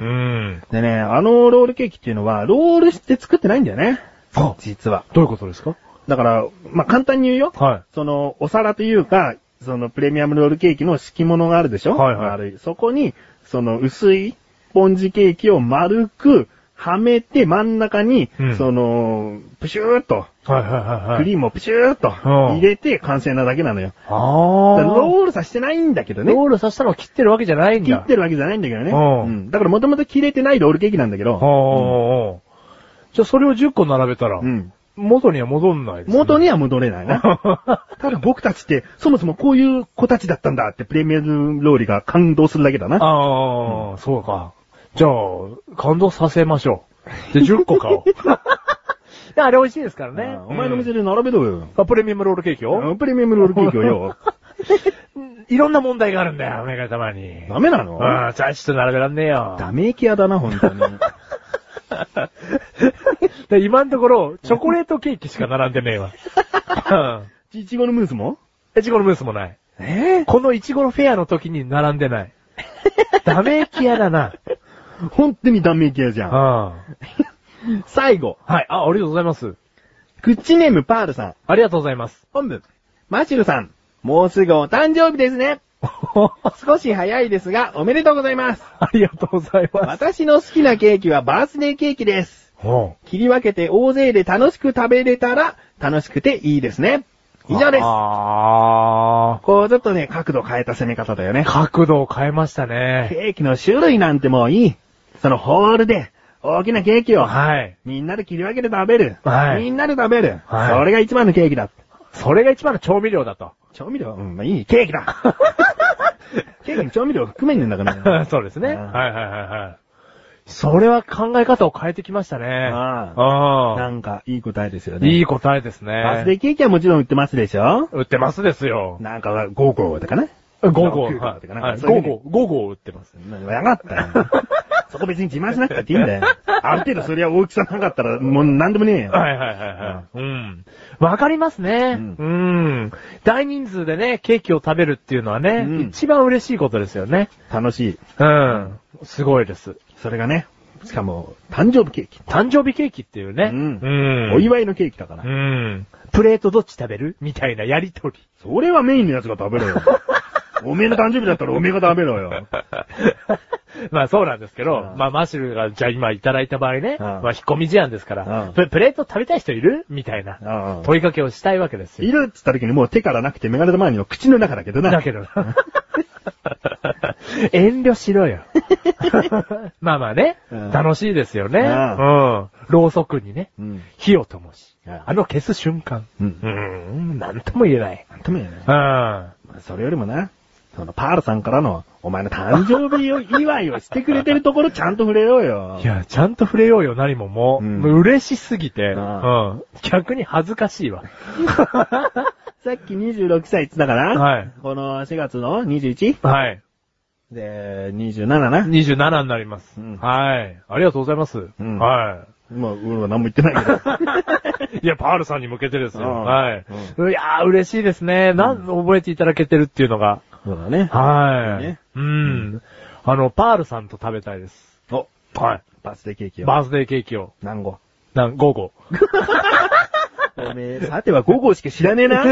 でね、ロールケーキっていうのは、ロールして作ってないんだよね。 そう。 実は。 どういうことですか？ だから、まあ、簡単に言うよ。 はい。 その、お皿というか、そのプレミアムロールケーキの敷物があるでしょ？ はいはい。 そこに、その薄いスポンジケーキを丸くはめて真ん中に、その、プシューっと、クリームをプシューっと入れて完成なだけなのよ。ロールさしてないんだけどね。 ロールさしたのを切ってるわけじゃないんだ。 切ってるわけじゃないんだけどね。だからもともと切れてないロールケーキなんだけど。 じゃあそれを10個並べたら、元には戻んないですね。 元には戻れないな。ただ僕たちって、そもそもこういう子たちだったんだってプレミアムローリが感動するだけだな。 そうか。じゃあ、感動させましょう。で、10個買おう。あれ美味しいですからね。 お前の店で並べろよ。 プレミアムロールケーキをプレミアムロールケーキをよ。 いろんな問題があるんだよ、メガたまに。 ダメなの？ じゃあちょっと並べらんねえよ。 ダメーキ屋だな、ほんとに。 で今のところ、チョコレートケーキしか並んでねえわ。 いちごのムースも？ いちごのムースもない。このいちごのフェアの時に並んでない。ダメーキ屋だな。 ほんとにダメーキ屋じゃん。最後。 はい。ありがとうございます。 クッチネームパールさん。 ありがとうございます。 本文。マシュルさん。もうすぐお誕生日ですね。少し早いですが、おめでとうございます。 ありがとうございます。 私の好きなケーキはバースデーケーキです。切り分けて大勢で楽しく食べれたら、楽しくていいですね。以上です。こうちょっとね、角度変えた攻め方だよね。 角度を変えましたね。 ケーキの種類なんてもういい。そのホールで、大きなケーキを、みんなで切り分けて食べる。みんなで食べる。それが一番のケーキだ。 それが一番の調味料だと。 調味料？まあいい。ケーキだ。ケーキに調味料含めんねんだから。 そうですね。はい。それは考え方を変えてきましたね。 なんか、いい答えですよね。 いい答えですね。 バースデーケーキはもちろん売ってますでしょ？ 売ってますですよ。 なんか、ゴーゴーとかね。 ゴーゴー。ゴーゴー売ってます。 わかったよ。そこ別に自慢しなくたっていいんだよ。ある程度それは大きさなかったら、もうなんでもねえよ。 わかりますね。大人数でね、ケーキを食べるっていうのはね、一番嬉しいことですよね。 楽しい。 すごいです。 それがね、しかも、誕生日ケーキ。 誕生日ケーキっていうね。 お祝いのケーキだから。 プレートどっち食べるみたいなやりとり。 それはメインのやつが食べろよ。おめえの誕生日だったらおめえが食べろよ。 まあそうなんですけど、まあマシュルがじゃあ今いただいた場合ね、まあ引っ込み思案ですから、プレート食べたい人いるみたいな問いかけをしたいわけですよ。 いるって言った時にもう手からなくてメガネと周りの口の中だけどな。 だけど。遠慮しろよ。まあまあね、楽しいですよね。ろうそくにね、火を灯し、消す瞬間。なんとも言えない。 なんとも言えない。それよりもな、 そのパールさんからの、お前の誕生日祝いをしてくれてるところちゃんと触れようよ。 いや、ちゃんと触れようよ、何ももう。もう嬉しすぎて、逆に恥ずかしいわ。 さっき26歳って言ったかな？ はい。 この4月の 21？ はい。 で、27な？ 27になります。はい。ありがとうございます。はい。 まあ、何も言ってないけど。 いや、パールさんに向けてですよ。はい。いやー、嬉しいですね。覚えていただけてるっていうのが。 そうだね。 はい。パールさんと食べたいです。はい。 バースデーケーキを。 バースデーケーキを。 何号 5号。 おめえ、さては5号しか知らねえな。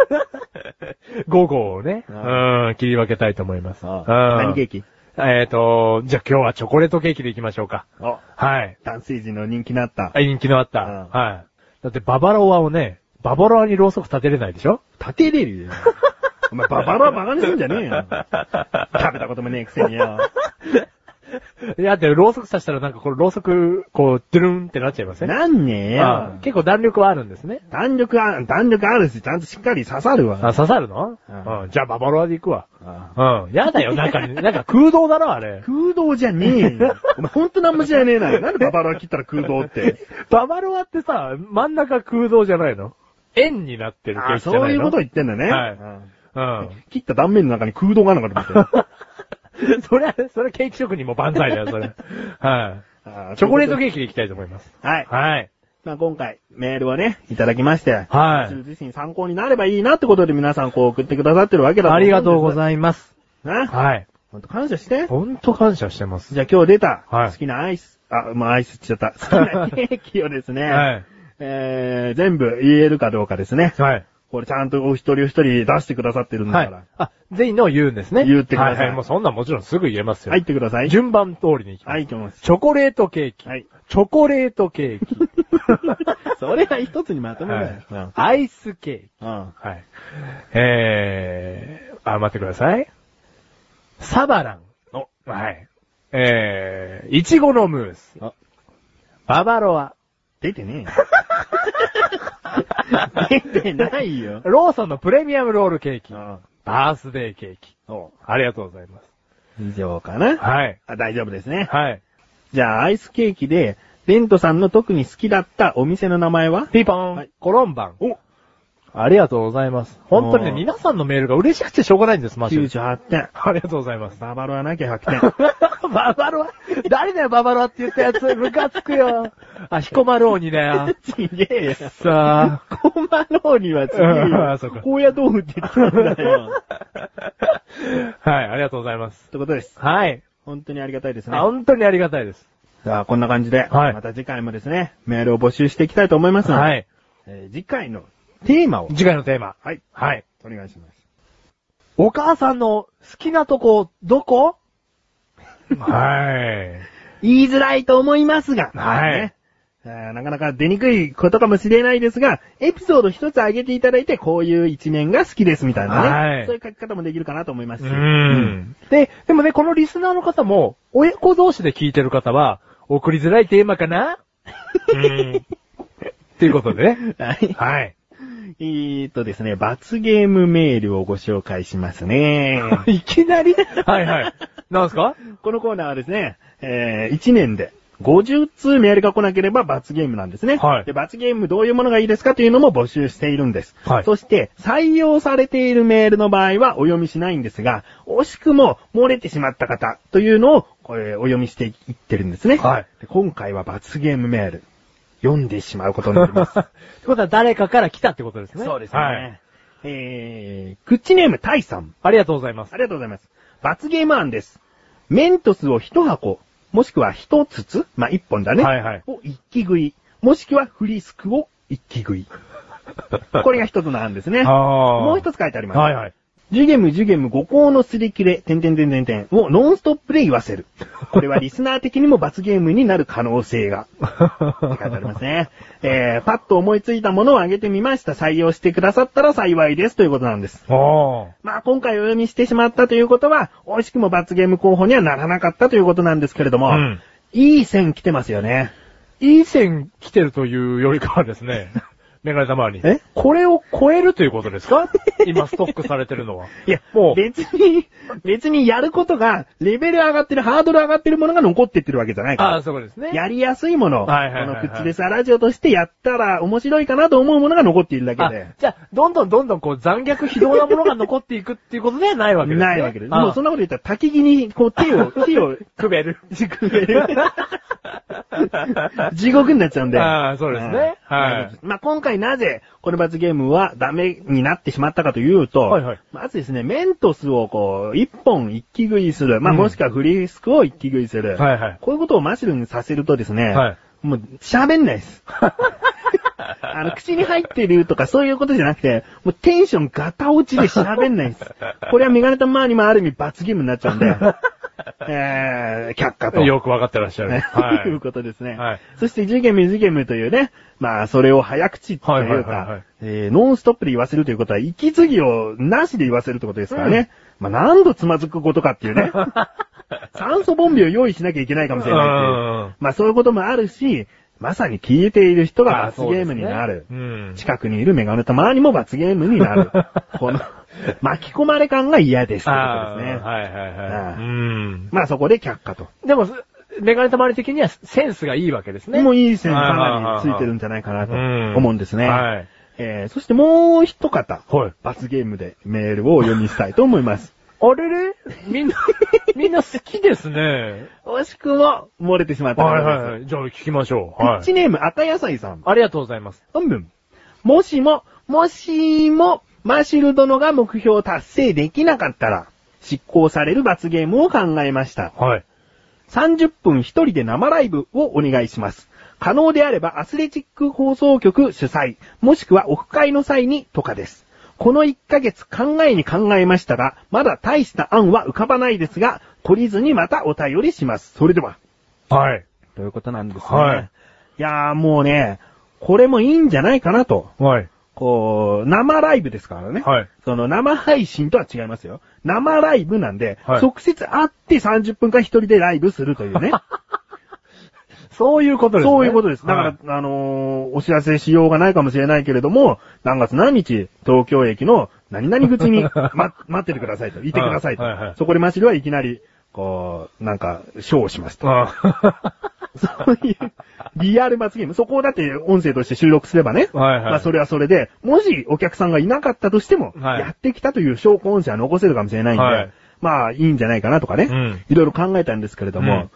5号をね、切り分けたいと思います。 何ケーキ？ じゃあ今日はチョコレートケーキでいきましょうか。はい。 男性陣の人気のあった。 人気のあった。はい。だってババロアをね、ババロアにろうそく立てれないでしょ？ 立てれるよ。お前ババロアバカにすんじゃねえよ。食べたこともねえくせによ。 いや、だってろうそく刺したらなんかこれろうそく、こう、ドゥルンってなっちゃいますね。 なんねえよ。 結構弾力はあるんですね。 弾力あるし、ちゃんとしっかり刺さるわ。 刺さるの？じゃあババロアで行くわ。やだよ、なんか空洞だろ、あれ。 空洞じゃねえよ。お前ほんとなんも知らねえな。なんでババロア切ったら空洞って。 ババロアってさ、真ん中空洞じゃないの？円になってるケーキじゃないの？ そういうこと言ってんだね。 はい。 切った断面の中に空洞があるのかと思って。 それケーキ職人も万歳だよ、それ。はい。チョコレートケーキでいきたいと思います。 はい。 はい。 まあ今回、メールをね、いただきまして。 はい。 自身参考になればいいなってことで皆さんこう送ってくださってるわけだと思うんです。 ありがとうございます。はい。 ほんと感謝して。 ほんと感謝してます。 じゃあ今日出た、 好きなアイス、アイスって言っちゃった。好きなケーキをですね、はい。全部言えるかどうかですね。はい。これちゃんとお一人一人出してくださってるんだから。 全員の言うんですね。 言ってください。 はい。もうそんなもちろんすぐ言えますよ。 入ってください。 順番通りに行きます。 はい、行きます。 チョコレートケーキ。はい。チョコレートケーキ。 それは一つにまとめない。 アイスケーキ。はい。待ってください。サバラン。はい。いちごのムース。ババロア。 出てねえ。出てないよ。 ローソンのプレミアムロールケーキ。バースデーケーキ。ありがとうございます。 以上かな？ はい。 大丈夫ですね。 はい。 じゃあ、アイスケーキで、レントさんの特に好きだったお店の名前は？ ピーポーン。はい、コロンバン。ありがとうございます。本当にね、皆さんのメールが嬉しくてしょうがないんです、マジで。 98点。 ありがとうございます。 ババロアなきゃ100 点。ババロア誰だよ、ババロアって言ったやつ。ムカつくよ。ヒコマローニだよ。 ちげえよ。 さあ。 ヒコマローニはちげえよ。高野豆腐って言ってたんだよ。 はい、ありがとうございます。 ということです。 はい。 本当にありがたいですね。 本当にありがたいです。 さあ、こんな感じで、また次回もですね、メールを募集していきたいと思いますので、はい。次回のテーマを。 次回のテーマ。 はい。 はい。 お願いします。 お母さんの好きなとこ、どこ？はい。 言いづらいと思いますが。 はい。 なかなか出にくいことかもしれないですが、エピソード一つ挙げていただいて、こういう一面が好きですみたいなね。はい。そういう書き方もできるかなと思いますし。でもね、このリスナーの方も、親子同士で聞いてる方は、送りづらいテーマかなっていうことでね。はい。はい。ですね、罰ゲームメールをご紹介しますね。いきなりはいはい。なんすか？このコーナーはですね、1年で50通メールが来なければ罰ゲームなんですね。はい。で、罰ゲームどういうものがいいですかというのも募集しているんです。はい。そして、採用されているメールの場合はお読みしないんですが、惜しくも漏れてしまった方というのを、お読みしていってるんですね。はい。で、今回は罰ゲームメール。読んでしまうことになります。ってことは誰かから来たってことですね。そうですね。はい。クッチネームタイさん。ありがとうございます。ありがとうございます。罰ゲーム案です。メントスを1箱、もしくは1筒、1本だね。はいはい。を1気食い。もしくはフリスクを1気食い。これが1つの案ですね。もう1つ書いてあります。はいはい。ジュゲム5項の擦り切れ、をノンストップで言わせる。これはリスナー的にも罰ゲームになる可能性が。って書いてありますね。パッと思いついたものを挙げてみました。採用してくださったら幸いですということなんです。今回お読みしてしまったということは、惜しくも罰ゲーム候補にはならなかったということなんですけれども、いい線来てますよね。いい線来てるというよりかはですね、 メガネたまわり。 え？ これを超えるということですか？今ストックされてるのは。 いや、もう別にやることが、レベル上がってる、ハードル上がってるものが残ってってるわけじゃないから。 ああ、そうですね。 やりやすいもの。 はいはいはいはい、 このクッチレスラジオとしてやったら面白いかなと思うものが残っているだけで。 じゃあ、どんどんこう残虐非道なものが残っていくっていうことではないわけですね。 ないわけです。もうそんなこと言ったら焚き木にこう手をくべる。 地獄になっちゃうんで。 ああ、そうですね。はい。 まあ、今回なぜこの罰ゲームはダメになってしまったかというと、 はいはい、 まずですね、メントスをこう、一本一気食いする。まあ、もしくはフリスクを一気食いする。 はいはい。 こういうことをマシルにさせるとですね、 はい。 もう喋んないです。口に入ってるとかそういうことじゃなくて、もうテンションガタ落ちで喋んないです。これはメガネたまにもある意味罰ゲームになっちゃうんで、却下と。 よくわかってらっしゃる。 はい。ということですね。 はい。 そしてジゲムというね、まあそれを早口というか、ノンストップで言わせるということは、息継ぎをなしで言わせるってことですからね。まあ何度つまずくことかっていうね。酸素ボンベを用意しなきゃいけないかもしれないっていう。まあそういうこともあるし、まさに聞いている人が罰ゲームになる。近くにいるメガネたまにも罰ゲームになる。この、巻き込まれ感が嫌ですってことですね。まあそこで却下と。 でも、メガネたまり的にはセンスがいいわけですね。 もういいセンスかなりついてるんじゃないかなと思うんですね。そしてもう一方、罰ゲームでメールをお読みしたいと思います。 あれれみんな好きですね。 惜しくも漏れてしまった。 はい。じゃあ聞きましょう。 ピッチネーム赤野菜さん。 ありがとうございます。 本文。もしも、マシル殿が目標達成できなかったら、執行される罰ゲームを考えました。 はい。 30分一人で生ライブをお願いします。可能であればアスレチック放送局主催、もしくはオフ会の際にとかです。この1ヶ月考えましたが、まだ大した案は浮かばないですが、懲りずにまたお便りします。それでは。 はい。 ということなんですね。はい。いやーもうね、これもいいんじゃないかなと。 はい。 こう、生ライブですからね。 はい。 その生配信とは違いますよ。生ライブなんで、 はい、 直接会って30分間一人でライブするというね。 そういうことですね。 そういうことです。だから、お知らせしようがないかもしれないけれども、何月何日、東京駅の何々口に、待っててくださいと、いてくださいと。そこでマシルはいきなり、こう、なんか、ショーをしますと。そういう、リアル罰ゲーム。そこをだって音声として収録すればね。まあそれはそれで、もしお客さんがいなかったとしても、やってきたという証拠音声は残せるかもしれないんで、まあいいんじゃないかなとかね。いろいろ考えたんですけれども、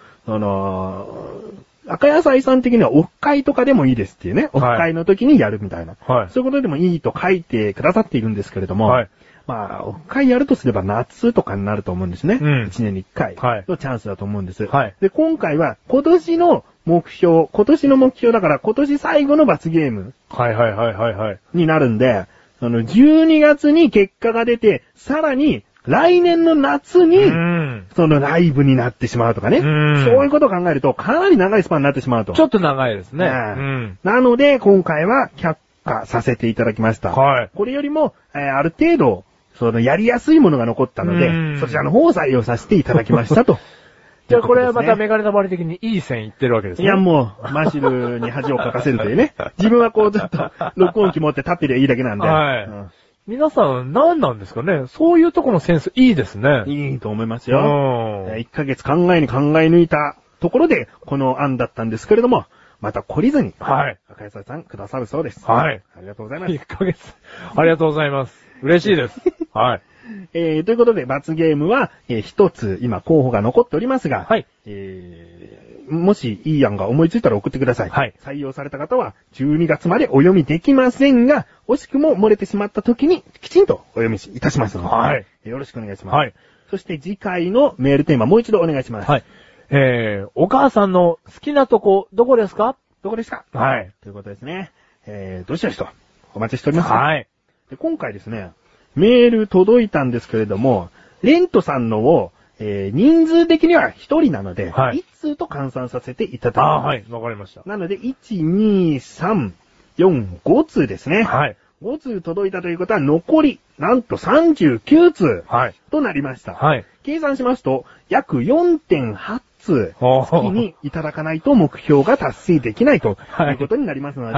赤野菜さん的にはオフ会とかでもいいですっていうね。オフ会の時にやるみたいな。そういうことでもいいと書いてくださっているんですけれども、まあ、オフ会やるとすれば夏とかになると思うんですね。1年に1回のチャンスだと思うんです。で、今回は今年の目標だから今年最後の罰ゲーム。になるんで、12月に結果が出て、さらに来年の夏に、そのライブになってしまうとかね。そういうことを考えると、かなり長いスパンになってしまうと。 ちょっと長いですね。 なので、今回は却下させていただきました。これよりも、ある程度、やりやすいものが残ったので、そちらの方を採用させていただきましたと。 じゃあこれはまたメガネたまり的にいい線いってるわけですね。 いやもう、マシルに恥をかかせるというね。自分はこうずっと、録音機持って立ってりゃいいだけなんで。 皆さん何なんですかね。そういうとこのセンスいいですね。 いいと思いますよ。1ヶ月考え抜いたところで、この案だったんですけれども、また懲りずに、赤野菜さんくださるそうです。ありがとうございます。 1ヶ月。ありがとうございます。嬉しいです。 ということで、罰ゲームは、一つ、今、候補が残っておりますが、もし、いい案が思いついたら送ってください。採用された方は、12月までお読みできませんが、惜しくも漏れてしまった時に、きちんとお読みいたしますので、よろしくお願いします。そして、次回のメールテーマ、もう一度お願いします。 お母さんの好きなとこ、どこですか？ ということですね。どしどしと、お待ちしております。で今回ですね、メール届いたんですけれども、レントさんのを、人数的には一人なので、一通と換算させていただきます。 わかりました。 なので、1、2、3、4、5通ですね。5通届いたということは、残り、なんと39通となりました。計算しますと、約 4.8 通、月にいただかないと目標が達成できないということになりますので、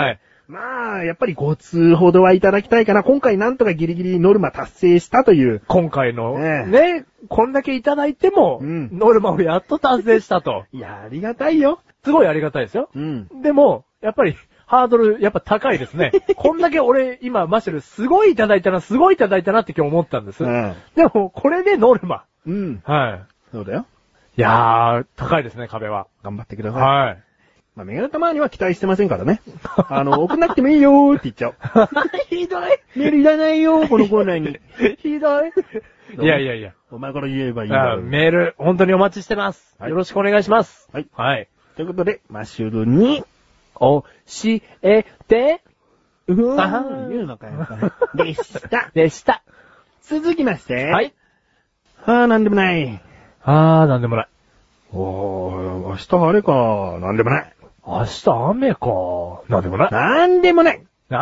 まあ、やっぱり5通ほどはいただきたいかな。今回なんとかギリギリノルマ達成したという。 今回の、ね、こんだけいただいても、ノルマをやっと達成したと。 いや、ありがたいよ。 すごいありがたいですよ。でも、やっぱり、ハードル、やっぱ高いですね。こんだけ俺、今、マシュル、すごいいただいたなって今日思ったんです。でも、これでノルマ。はい。 そうだよ。 いやー、高いですね、壁は。 頑張ってください。 はい。 まあ、メガネたまには期待してませんからね。送んなくてもいいよーって言っちゃう。 ひどい。 メールいらないよー、このコーナーに。 ひどい。いや。 お前から言えばいいんだよ。 メール、本当にお待ちしてます。よろしくお願いします。 はい。 はい。 ということで、マッシュルに、 教えて、 言うのかよ。でした。続きまして。 はい。 なんでもない。 なんでもない。 明日晴れか。なんでもない。 明日雨か。なんでもない。 なんでもない。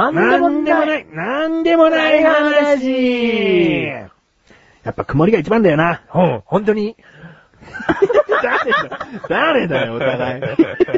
なんでもない話。やっぱ曇りが一番だよな。 本当に。 誰だよ、お互い。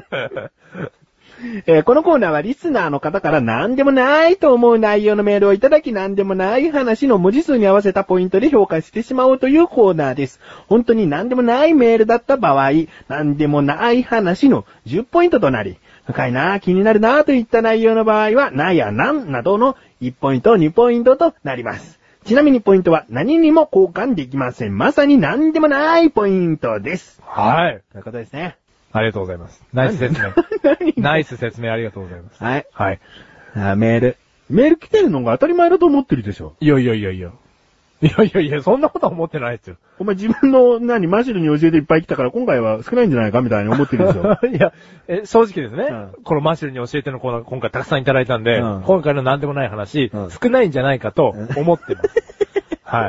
このコーナーはリスナーの方から何でもないと思う内容のメールをいただき、何でもない話の文字数に合わせたポイントで評価してしまおうというコーナーです。本当に何でもないメールだった場合、何でもない話の10ポイントとなり、深いな、気になるなといった内容の場合は、なやなんなどの1ポイント、2ポイントとなります。ちなみにポイントは何にも交換できません。まさに何でもないポイントです。 はい。 ということですね。 ありがとうございます。ナイス説明。ナイス説明ありがとうございます。 はい。 はい。 メール来てるのが当たり前だと思ってるでしょ。 いや、そんなことは思ってないですよ。 お前自分のマシルに教えていっぱい来たから今回は少ないんじゃないかみたいに思ってるでしょ。 いや、正直ですね。このマシルに教えてのコーナー今回たくさんいただいたんで、今回の何でもない話、少ないんじゃないかと思ってます。はい。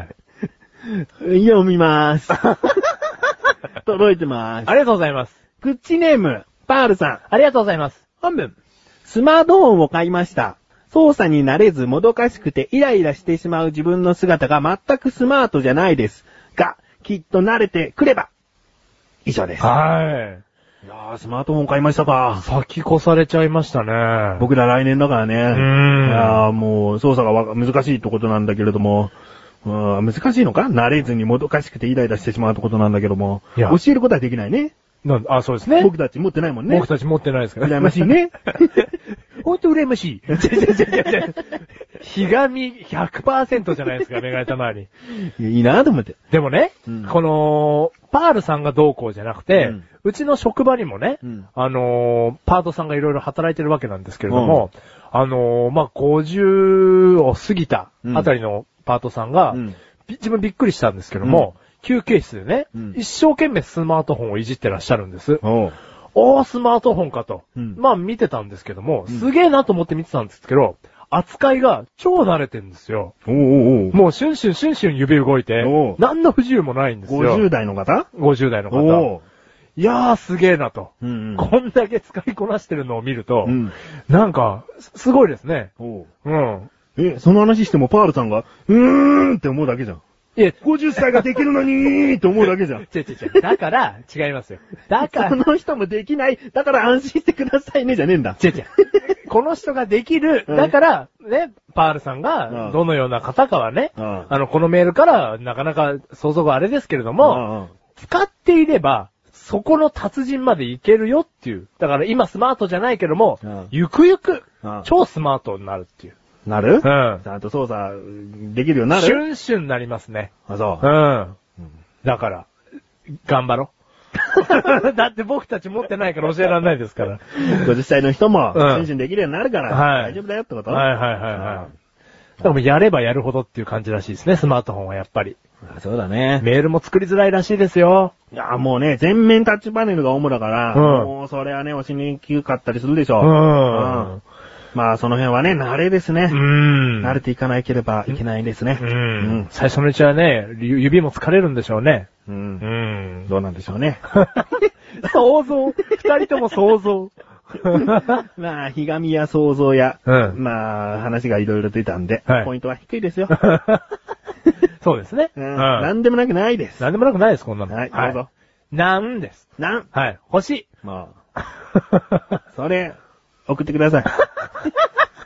読みます。届いてます。 ありがとうございます。 グッチネーム、パールさん。 ありがとうございます。 本文。スマートフォンを買いました。操作に慣れずもどかしくてイライラしてしまう自分の姿が全くスマートじゃないです。が、きっと慣れてくれば。以上です。 はい。 いやー、スマートフォン買いましたか。 先越されちゃいましたね。 僕ら来年だからね。いやー、もう操作が難しいってことなんだけれども。難しいのか慣れずにもどかしくてイライラしてしまうってことなんだけども。教えることはできないね。 そうですね。 僕たち持ってないもんね。 僕たち持ってないですからね。 羨ましいね。 ほんと羨ましい。ひがみ 100% じゃないですか、メガネたまに。 いいなと思って。 でもね、この、パールさんがどうこうじゃなくて、うちの職場にもね、パートさんがいろいろ働いてるわけなんですけれども、50を過ぎたあたりのパートさんが、自分びっくりしたんですけども、休憩室でね、一生懸命スマートフォンをいじってらっしゃるんです。スマートフォンかと。見てたんですけども、すげえなと思って見てたんですけど、扱いが超慣れてるんですよ。もうシュンシュン指動いて、何の不自由もないんですよ。 50代の方 ?50 代の方。いやー、すげえなと。こんだけ使いこなしてるのを見ると、なんか、すごいですね。 その話してもパールさんが、って思うだけじゃん。50歳ができるのにーって思うだけじゃん。 だから、違いますよ。だから、 その人もできない。だから安心してくださいね、じゃねえんだ。 この人ができる。だから、ね、パールさんが、どのような方かはね、このメールから、なかなか想像があれですけれども、使っていれば、そこの達人までいけるよっていう。だから今スマートじゃないけども、ゆくゆく、超スマートになるっていう。 なる？ちゃんと操作できるようになる？ シュンシュンなりますね。 そう。 だから、頑張ろう。だって僕たち持ってないから教えられないですから。 50歳の人も、シュンシュンできるようになるから、大丈夫だよってこと？ でもやればやるほどっていう感じらしいですね、スマートフォンはやっぱり。 そうだね。 メールも作りづらいらしいですよ。 いや、もうね、全面タッチパネルが主だから、もうそれはね、押しにくかったりするでしょ。まあ、その辺はね、慣れですね。慣れていかなければいけないですね。 最初のうちはね、指も疲れるんでしょうね。 どうなんでしょうね。 想像。二人とも想像。 まあ、ひがみや想像や、まあ、話がいろいろ出たんで、ポイントは低いですよ。 そうですね。 なんでもなくないです。 なんでもなくないです、こんなの。 はい、どうぞ。 なんです。 なんはい、欲しい。 まあ。それ、送ってください。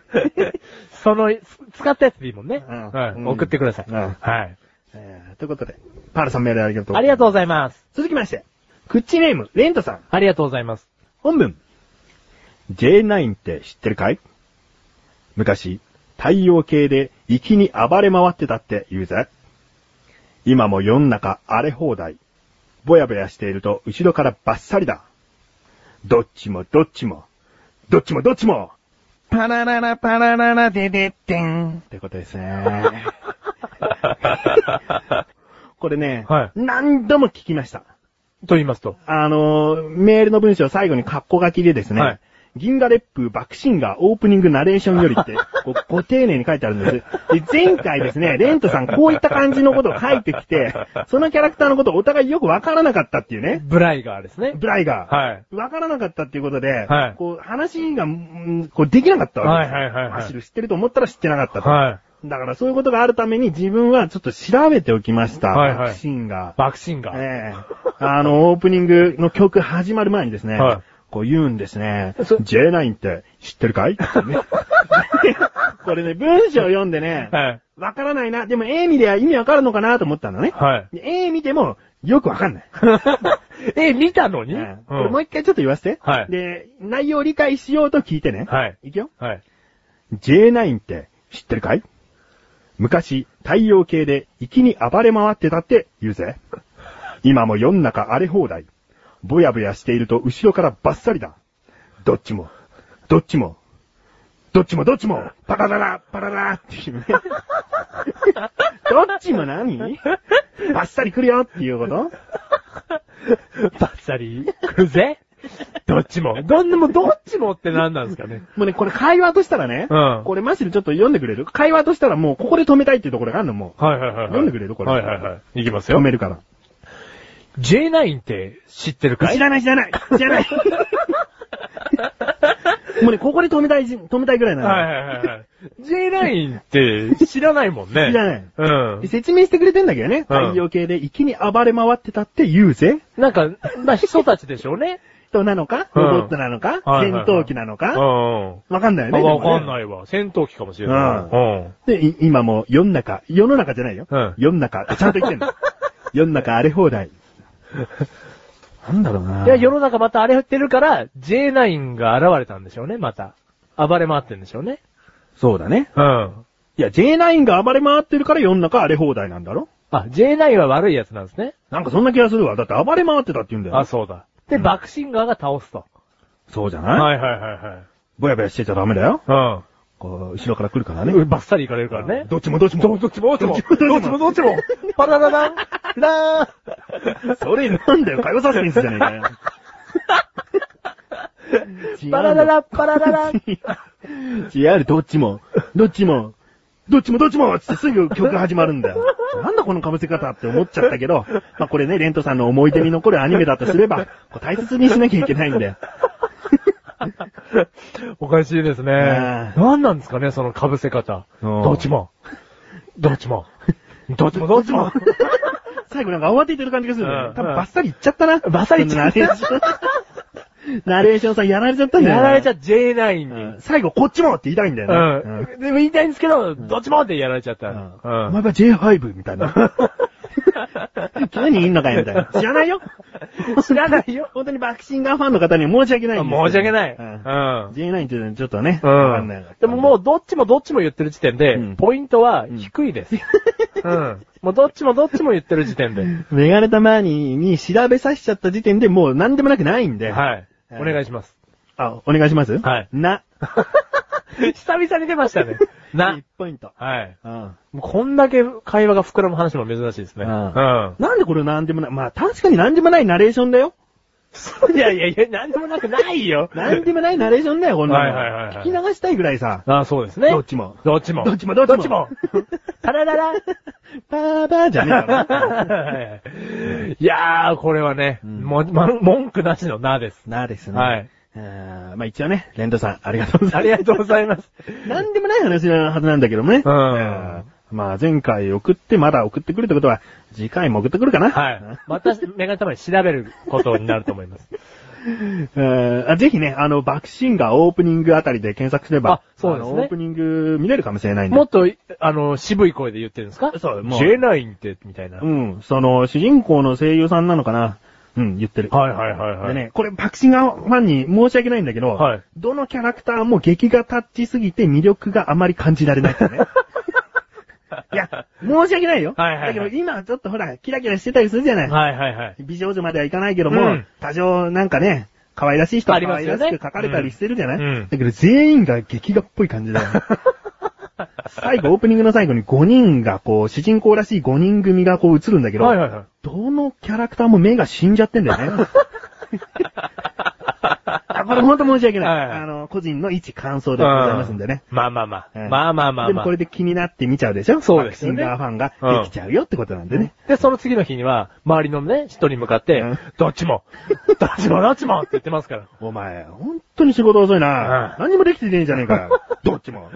使ったやつでいいもんね。 うん。 送ってください。 うん。 はい。 ということで、パールさんメールありがとう。 ありがとうございます。 続きまして、クッチネーム、レントさん。 ありがとうございます。 本文。J9 って知ってるかい？昔、太陽系で粋に暴れ回ってたって言うぜ。今も世の中荒れ放題。ぼやぼやしていると後ろからバッサリだ。どっちもどっちも。どっちもどっちも。パラララパラララデデッテン。ってことですね。これね、 はい、 何度も聞きました。 と言いますと。 メールの文章最後にカッコ書きでですね、はい、銀河烈風爆心がオープニングナレーションよりってご丁寧に書いてあるんです。で、前回ですね、レントさんこういった感じのことを書いてきて、そのキャラクターのことをお互いよくわからなかったっていうね。 ブライガーですね。 ブライガー。 はい。 わからなかったっていうことで、 はい。 話が、できなかったわけです。 はいはいはい、はい。 アシル知ってると思ったら知ってなかったと。 はい。 だからそういうことがあるために自分はちょっと調べておきました。 はいはい。 爆心が。 爆心が。 オープニングの曲始まる前にですね、はい。こう言うんですね。J9 って知ってるかいこれね、文章を読んでね、はい。わからないな。でも A 見では意味わかるのかなと思ったのね。 はい。 A 見てもよくわかんない。 見たのに、 これもう一回ちょっと言わせて。 はい。 で、内容を理解しようと聞いてね。 はい。 いくよ。 はい。 J9 って知ってるかい？昔、太陽系で粋に暴れ回ってたって言うぜ。今も世の中荒れ放題。ぼやぼやしていると後ろからバッサリだ。どっちも、どっちも、どっちもどっちも、パラララ、パララっていうね。どっちも何？バッサリ来るよっていうことバッサリ来るぜどっちも。どっちもって何なんですかね。 もうね、これ会話としたらね、うん。これマジでちょっと読んでくれる？会話としたらもうここで止めたいっていうところがあるのもう。 はいはいはい、はい。 読んでくれる？これ。 はいはいはい。いきますよ。 止めるから。 J9 って知ってるかい？ 知らない。もうね、ここで止めたいぐらいなの。 はいはいはい。J9 って知らないもんね。 知らない。 うん。 説明してくれてんだけどね。太陽系で粋に暴れ回ってたって言うぜ。 なんか、まあ人たちでしょうね。 人なのかロボットなのか、戦闘機なのかわかんないよね。 わかんないわ。戦闘機かもしれない。 で、今も世の中じゃないよ。世の中、ちゃんと言ってんの。世の中荒れ放題。なんだろうな。 いや、世の中また荒れてるから、J9 が現れたんでしょうね、また。暴れ回ってんでしょうね。 そうだね。 うん。 いや、J9 が暴れ回ってるから世の中荒れ放題なんだろ？ あ、J9 は悪いやつなんですね。 なんかそんな気がするわ。だって暴れ回ってたって言うんだよ。 あ、そうだ。で、爆心側が倒すと。 そうじゃない？ はいはいはいはい。 ぼやぼやしてちゃダメだよ。 うん。 こう、後ろから来るからね。 バッサリ行かれるからね。 どっちも。 パラララン、ラー。それなんだよ、会話サスペンスじゃねえかよ。 パラララ、パラララ。 違う、どっちもつってすぐ曲始まるんだよ。なんだこの被せ方って思っちゃったけど、まあこれね、レントさんの思い出に残るアニメだとすれば、大切にしなきゃいけないんだよ。 おかしいですね。何なんですかね、その被せ方。どっちも。 最後なんか慌ててる感じがするんだよ。多分バッサリいっちゃったな。 バッサリいっちゃった。 ナレーションさんやられちゃったんだよ。 やられちゃ J9 に。 最後こっちもって言いたいんだよね。でも言いたいんですけど、どっちもってやられちゃった。 お前は J5 みたいな。急にいんのかよみたいな。知らないよ。本当に爆心ガーファンの方には申し訳ないんです。 申し訳ない。 J9 っていうのはちょっとね。わかんない。 でももうどっちも言ってる時点で、ポイントは低いです。もうどっちも言ってる時点で。 メガネたまに調べさせちゃった時点でもう何でもなくないんで。 はい。お願いします。 お願いします？ はい。 な。 久々に出ましたね。な。 1ポイント。 はい。こんだけ会話が膨らむ話も珍しいですね。 なんでこれなんでもない。まあ確かになんでもないナレーションだよ。 いや、なんでもなくないよ。 なんでもないナレーションだよ、こんなの。聞き流したいぐらいさ。 あ、そうですね。 どっちも。 タラララ。 パーバーじゃねえか。 いやー、これはね、文句なしのなです。 なですね。 はい。 まあ一応ね、レントさん、ありがとうございます。 ありがとうございます。 なんでもない話なはずなんだけどもね。まあ前回送ってまだ送ってくるってことは、次回も送ってくるかな。 はい。またメガネたまに調べることになると思います。 ぜひね、バクシンガーオープニングあたりで検索すれば、 そうですね。 オープニング見れるかもしれないんで。 もっと、渋い声で言ってるんですか？ そう、もう。 J9 って、みたいな。 主人公の声優さんなのかな？言ってる。 はいはいはいはい。 でね、これバクシンガーファンに申し訳ないんだけど、 はい。 どのキャラクターも劇画タッチすぎて魅力があまり感じられないからね。いや、申し訳ないよ。 はいはいはい。 だけど今はちょっとほら、キラキラしてたりするじゃない。 はいはいはい。 美少女まではいかないけども、多少なんかね、可愛らしい人は可愛らしく描かれたりしてるじゃない、だけど全員が劇画っぽい感じだよ。最後、オープニングの最後に5人が主人公らしい5人組が映るんだけど、はいはいはい、どのキャラクターも目が死んじゃってんだよね。これほんと申し訳ない。はい、個人の一感想でございますんでね。 まあ。でもこれで気になって見ちゃうでしょ？ そうですね。 シンガーファンができちゃうよってことなんでね。 で、その次の日には、周りのね、人に向かって、どっちもって言ってますから。 お前、ほんとに仕事遅いな。何もできてねえじゃねえかよ。どっちも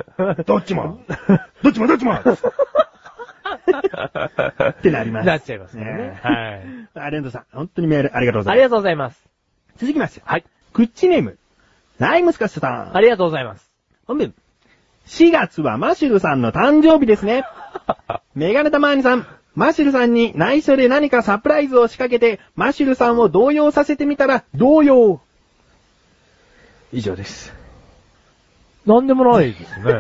ってなります。 なっちゃいますね。 はい。レンドさん、本当にメールありがとうございます。 ありがとうございます。 続きまして。 はい。 クッチネーム、ライムスカッシュさん。 ありがとうございます。 本文。4月はマシュルさんの誕生日ですね。メガネタマーニさん、マシュルさんに内緒で何かサプライズを仕掛けて、マシュルさんを動揺させてみたら、動揺。以上です。 なんでもないですね。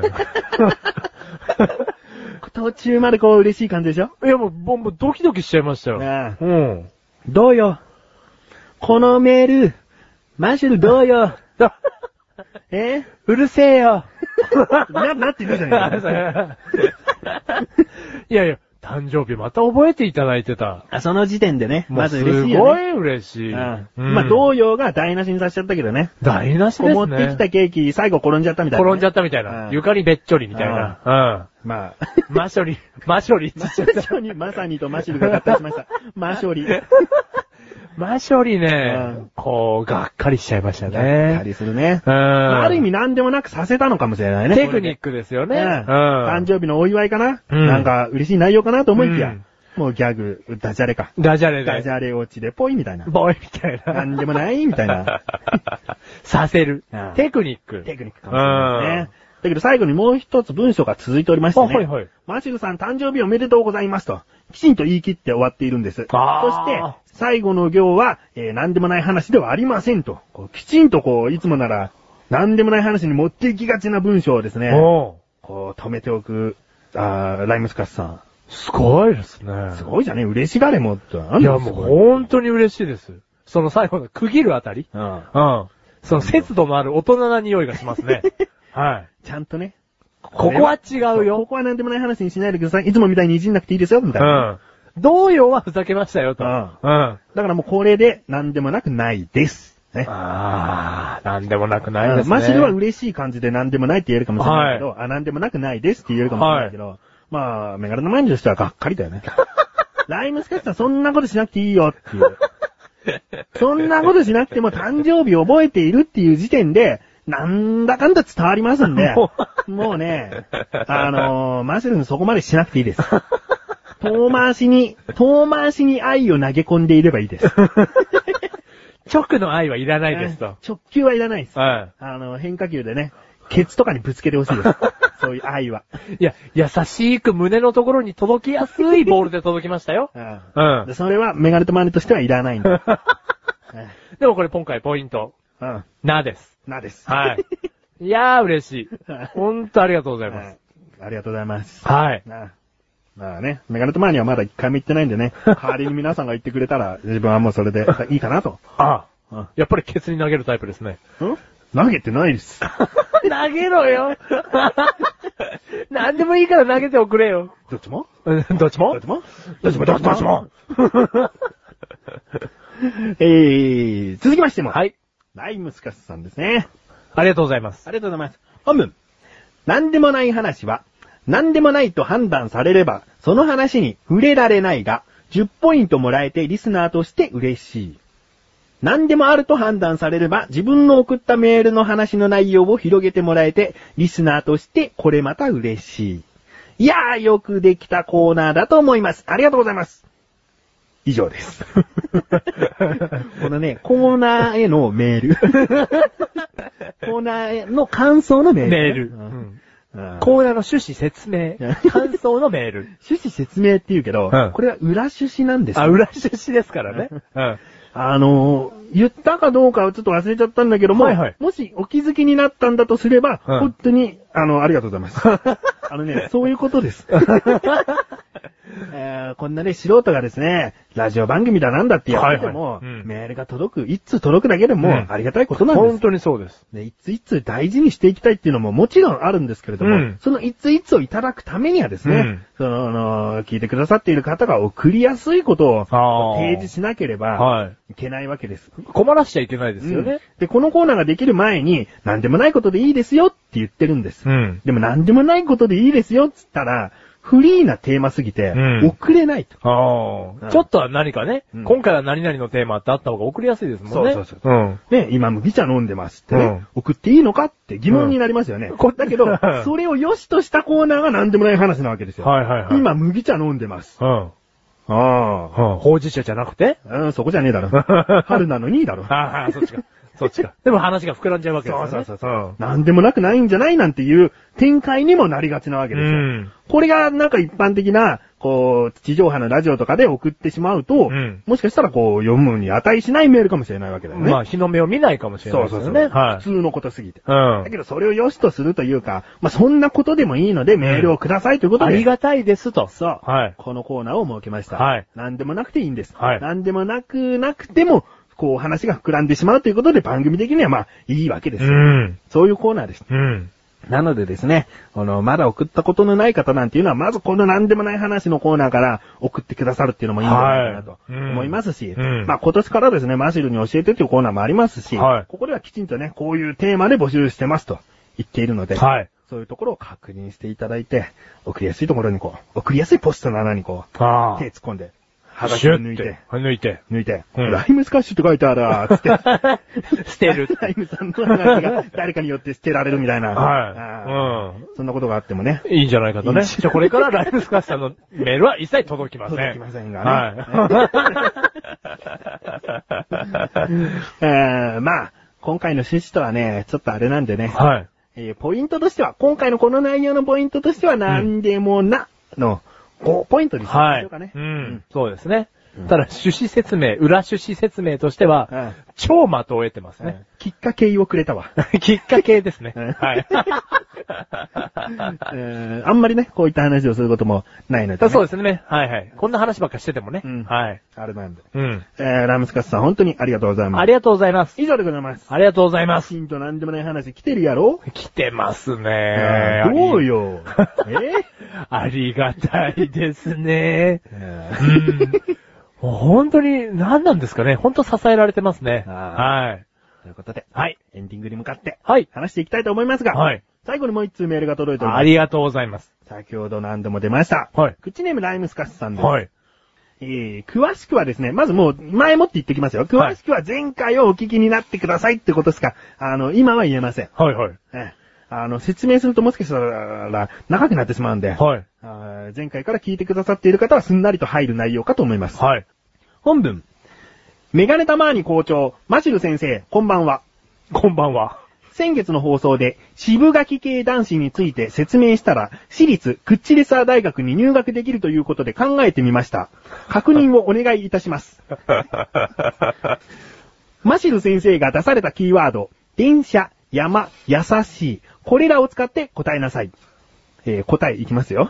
途中まで嬉しい感じでしょ？ いやもうドキドキしちゃいましたよ。 どうよ。このメール、マシュルどうよ。 うるせえよ。 なってるじゃないか。 いや、誕生日また覚えていただいてた。 その時点でね、まず嬉しいよね。 すごい嬉しい。 動揺が台無しにさせちゃったけどね。 台無しですね。 持ってきたケーキ、最後転んじゃったみたいな。 転んじゃったみたいな。床にべっちょりみたいな。 まショリまさにとマシュルが合体しました。マショリ。 マショリね、がっかりしちゃいましたね。 がっかりするね。ある意味何でもなくさせたのかもしれないね。 テクニックですよね。 誕生日のお祝いかな、なんか嬉しい内容かなと思いきや、もうギャグ、ダジャレか。 ダジャレで。 ダジャレ落ちでぽいみたいな。 ぽいみたいな。 なんでもないみたいな。 させる。テクニック。 テクニックかもしれないね。だけど最後にもう一つ文章が続いておりましてね。マシュルさん誕生日おめでとうございますと。きちんと言い切って終わっているんです。そして、最後の行は、何でもない話ではありませんと。きちんといつもなら、何でもない話に持っていきがちな文章をですね、止めておく、ライムスカッシュさん。 すごいですね。 すごいじゃね、嬉しがれもって。 いや、もう本当に嬉しいです。その最後の区切るあたり。その節度のある大人な匂いがしますね。はい。 ちゃんとね。 ここは違うよ。 ここは何でもない話にしないでください。いつもみたいにいじんなくていいですよ、みたいな。 動揺はふざけましたよ、と。だからもうこれで何でもなくないです。ね。 何でもなくないですね。 マシルは嬉しい感じで何でもないって言えるかもしれないけど、何でもなくないですって言えるかもしれないけど、メガネの前にとしてはがっかりだよね。ライムスカッシュはそんなことしなくていいよっていう。そんなことしなくても誕生日覚えているっていう時点で、なんだかんだ伝わりますんで、もうね、マシュルにそこまでしなくていいです。遠回しに愛を投げ込んでいればいいです。 直の愛はいらないですと。 直球はいらないです。変化球でね、ケツとかにぶつけてほしいです。そういう愛は。 いや、優しく胸のところに届きやすいボールで届きましたよ。 それはメガネとマネとしてはいらないんだ。 でもこれ今回ポイント。なです。 なです。 はい。いやー嬉しい。ほんとありがとうございます。 ありがとうございます。 はい。 まあね、メガネとマーにはまだ一回も言ってないんでね、代わりに皆さんが言ってくれたら、自分はもうそれでいいかなと。 やっぱりケツに投げるタイプですね。 投げてないです。 投げろよ。何でもいいから投げておくれよ。 どっちもどっちも続きましても。 はい。 ライムスカスさんですね。 ありがとうございます。 ありがとうございます。本文。何でもない話は、何でもないと判断されれば、その話に触れられないが、10ポイントもらえてリスナーとして嬉しい。何でもあると判断されれば、自分の送ったメールの話の内容を広げてもらえて、リスナーとしてこれまた嬉しい。いやー、よくできたコーナーだと思います。ありがとうございます。 以上です。このね、コーナーへのメール。コーナーへの感想のメール。 メール。コーナーの趣旨説明。感想のメール。 趣旨説明って言うけど、これは裏趣旨なんですよ。 裏趣旨ですからね。 言ったかどうかはちょっと忘れちゃったんだけども、もしお気づきになったんだとすれば、本当に、ありがとうございます。そういうことです。こんなね、素人がですね、ラジオ番組だなんだってやってても、メールが一通届くだけでもありがたいことなんです。 本当にそうです。 で、一通大事にしていきたいっていうのももちろんあるんですけれども、その一通をいただくためにはですね、聞いてくださっている方が送りやすいことを提示しなければいけないわけです。 困らしちゃいけないですよね。 で、このコーナーができる前に、何でもないことでいいですよって言ってるんです。でも何でもないことでいいですよって言ったら、フリーなテーマすぎて、送れないと。 ちょっとは何かね、今回は何々のテーマってあった方が送りやすいですもんね。 そう。ね、今麦茶飲んでますってね、送っていいのかって疑問になりますよね。だけど、それを良しとしたコーナーが何でもない話なわけですよ。今麦茶飲んでます。 ほうじ茶じゃなくてそこじゃねえだろ。春なのにいいだろ。 そっちか。でも話が膨らんじゃうわけですよね。 そう。なんでもなくないんじゃないなんていう展開にもなりがちなわけですよ。これがなんか一般的な、地上波のラジオとかで送ってしまうと、もしかしたら読むに値しないメールかもしれないわけだよね。 日の目を見ないかもしれないですよね。 普通のことすぎて。だけどそれを良しとするというか、そんなことでもいいのでメールをくださいということで。 ありがたいですと。 そう。このコーナーを設けました。なんでもなくていいんです。なんでもなくても、話が膨らんでしまうということで番組的にはいいわけですよ。そういうコーナーです。なのでですね、まだ送ったことのない方なんていうのは、まずこのなんでもない話のコーナーから送ってくださるっていうのもいいんじゃないかなと思いますし、今年からですね、マシルに教えてというコーナーもありますし、ここではきちんとね、こういうテーマで募集してますと言っているので、そういうところを確認していただいて、送りやすいところに送りやすいポストの穴に手突っ込んで、はがきを抜いて、ライムスカッシュって書いてあるわ、つって。 捨てる。 ライムさんのはがきが誰かによって捨てられるみたいな。そんなことがあってもね。 いいんじゃないかとね。じゃあこれからライムスカッシュのメールは一切届きません。 届きませんがね。今回の趣旨とはね、ちょっとあれなんでね。ポイントとしては、今回のこの内容のポイントとしては、なんでもな、の、5ポイントにしましょうかね。 そうですね。ただ、趣旨説明、裏趣旨説明としては、超的を得てますね。 きっかけをくれたわ。 きっかけですね。 あんまりね、こういった話をすることもないので。 そうですね。こんな話ばっかしててもね。 あれなんで。ラムスカスさん、本当にありがとうございます。 ありがとうございます。 以上でございます。 ありがとうございます。 ヒントなんでもない話来てるやろ？ 来てますね。 どうよ。 ありがたいですね。もう本当に、何なんですかね。本当支えられてますね。 ということで、エンディングに向かって、話していきたいと思いますが、最後にもう一通メールが届いております。 ありがとうございます。 先ほど何度も出ました。口ネームライムスカッシュさんです。詳しくはですね、まずもう前もって言ってきますよ。詳しくは前回をお聞きになってくださいってことしか、今は言えません。説明するともしかしたら長くなってしまうんで、前回から聞いてくださっている方はすんなりと入る内容かと思います。本文。メガネタマーニ校長、マシル先生、こんばんは。 こんばんは。 先月の放送で、渋垣系男子について説明したら、私立クッチレサー大学に入学できるということで考えてみました。確認をお願いいたします。マシル先生が出されたキーワード、電車、山、優しい。これらを使って答えなさい。答えいきますよ。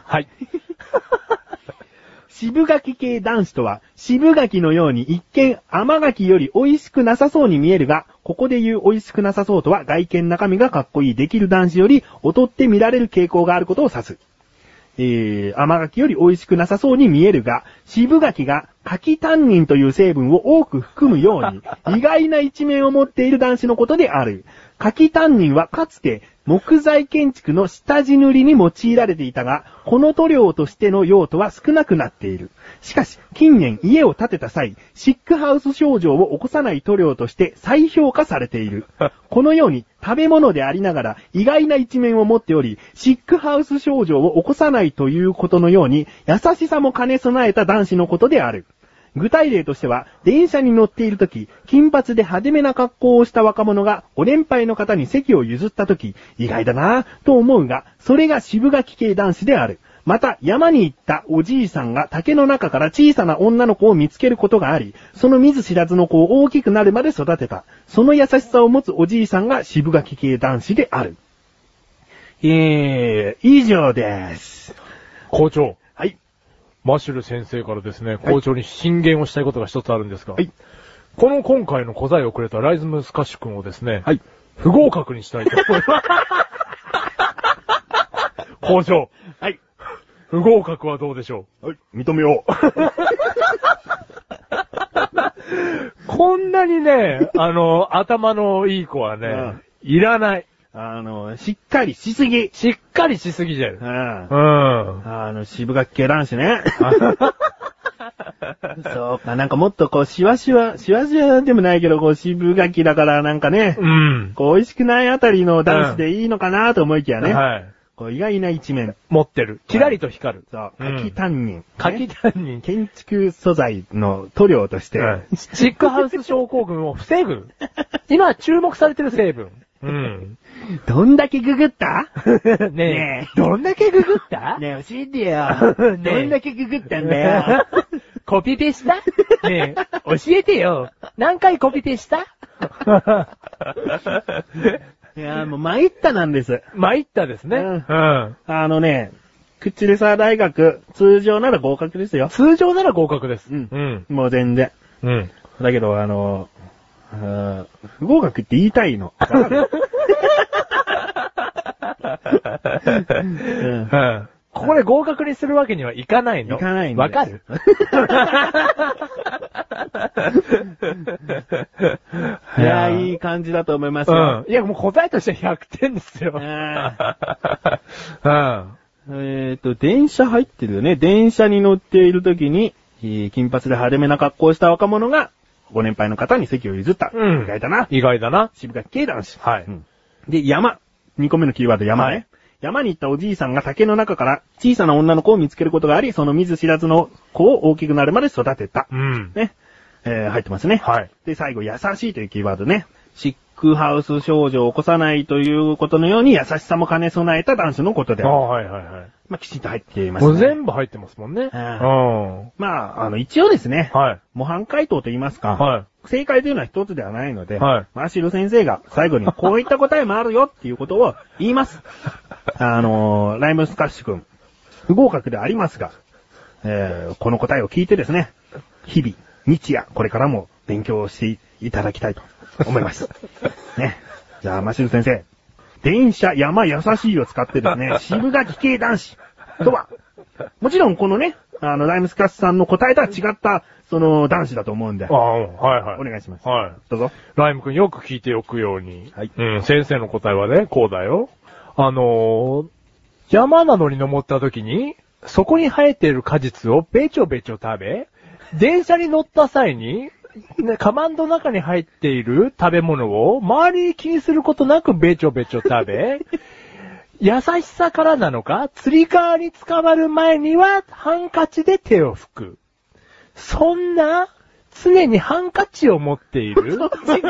渋柿系男子とは、渋柿のように一見甘柿より美味しくなさそうに見えるが、ここで言う美味しくなさそうとは外見中身がかっこいいできる男子より劣って見られる傾向があることを指す。甘柿より美味しくなさそうに見えるが、渋柿が柿タンニンという成分を多く含むように、意外な一面を持っている男子のことである。柿タンニンはかつて木材建築の下地塗りに用いられていたが、この塗料としての用途は少なくなっている。しかし、近年家を建てた際、シックハウス症状を起こさない塗料として再評価されている。このように食べ物でありながら意外な一面を持っており、シックハウス症状を起こさないということのように、優しさも兼ね備えた男子のことである。 具体例としては、電車に乗っているとき、金髪で派手めな格好をした若者がご年配の方に席を譲ったとき、意外だなぁと思うが、それが渋柿系男子である。また、山に行ったおじいさんが竹の中から小さな女の子を見つけることがあり、その見ず知らずの子を大きくなるまで育てた。その優しさを持つおじいさんが渋柿系男子である。以上です。 校長。 はい。 マシュル先生からですね、校長に進言をしたいことが一つあるんですが、 はい。 今回の答えをくれたライズムスカッシュ君をですね、 はい。 不合格にしたいと思います。校長。 はい。 不合格はどうでしょう？はい。認めよう。 こんなにね、頭のいい子はね、いらない。 しっかりしすぎ。 しっかりしすぎじゃる。 渋柿系男子ね。そうか、なんかもっとこう、しわしわでもないけど、こう、渋柿だからなんかね、こう、美味しくないあたりの男子でいいのかなと思いきやね。はい。こう、意外な一面。 持ってる。キラリと光る。 そう。柿担任。 柿担任。 建築素材の塗料として。 チックハウス症候群を防ぐ。今注目されてる成分。 どんだけググったねえ。どんだけググったねえ、教えてよ。どんだけググったんだよ。 コピペしたねえ、教えてよ。何回コピペしたいや、もう参ったなんです。 参ったですね。 口でさ大学、通常なら合格ですよ。 通常なら合格です。 もう全然。だけど、不合格って言いたいの。 ここで合格にするわけにはいかないの。 いかないんだ。わかるいや、いい感じだと思いますよ。 いや、もう答えとしては100点ですよ。 電車入ってるよね。電車に乗っているときに、金髪で派手めな格好をした若者が、ご年配の方に席を譲った。意外だな。 意外だな。 渋柿系男子。 はい。 で、山。2個目のキーワード山ね。山に行ったおじいさんが竹の中から小さな女の子を見つけることがあり、その見ず知らずの子を大きくなるまで育てた。ね。入ってますね。 はい。 で、最後、優しいというキーワードね。シックハウス症状を起こさないということのように優しさも兼ね備えた男子のことである。 はい。 まあ、きちんと入っていますね。 もう全部入ってますもんね。 まあ、一応ですね。 はい。 模範解答と言いますか。 はい。 正解というのは一つではないので。 はい。 マーシル先生が最後にこういった答えもあるよっていうことを言います。ライムスカッシュ君。不合格でありますが、この答えを聞いてですね。日々、日夜、これからも勉強していただきたいと思います。ね。じゃあ、マシル先生。電車、山、優しいを使ってですね、渋柿系男子とは、もちろんこのね、ライムスカッシュさんの答えとは違った、その男子だと思うんで。 はい。 お願いします。 はい。 どうぞ。 ライム君よく聞いておくように。 はい。 先生の答えはね、こうだよ。山なのに登った時に、そこに生えている果実をべちょべちょ食べ、電車に乗った際に、カバンの中に入っている食べ物を周りに気にすることなくべちょべちょ食べ、優しさからなのか、釣り革に捕まる前にはハンカチで手を拭く。そんな、常にハンカチを持っている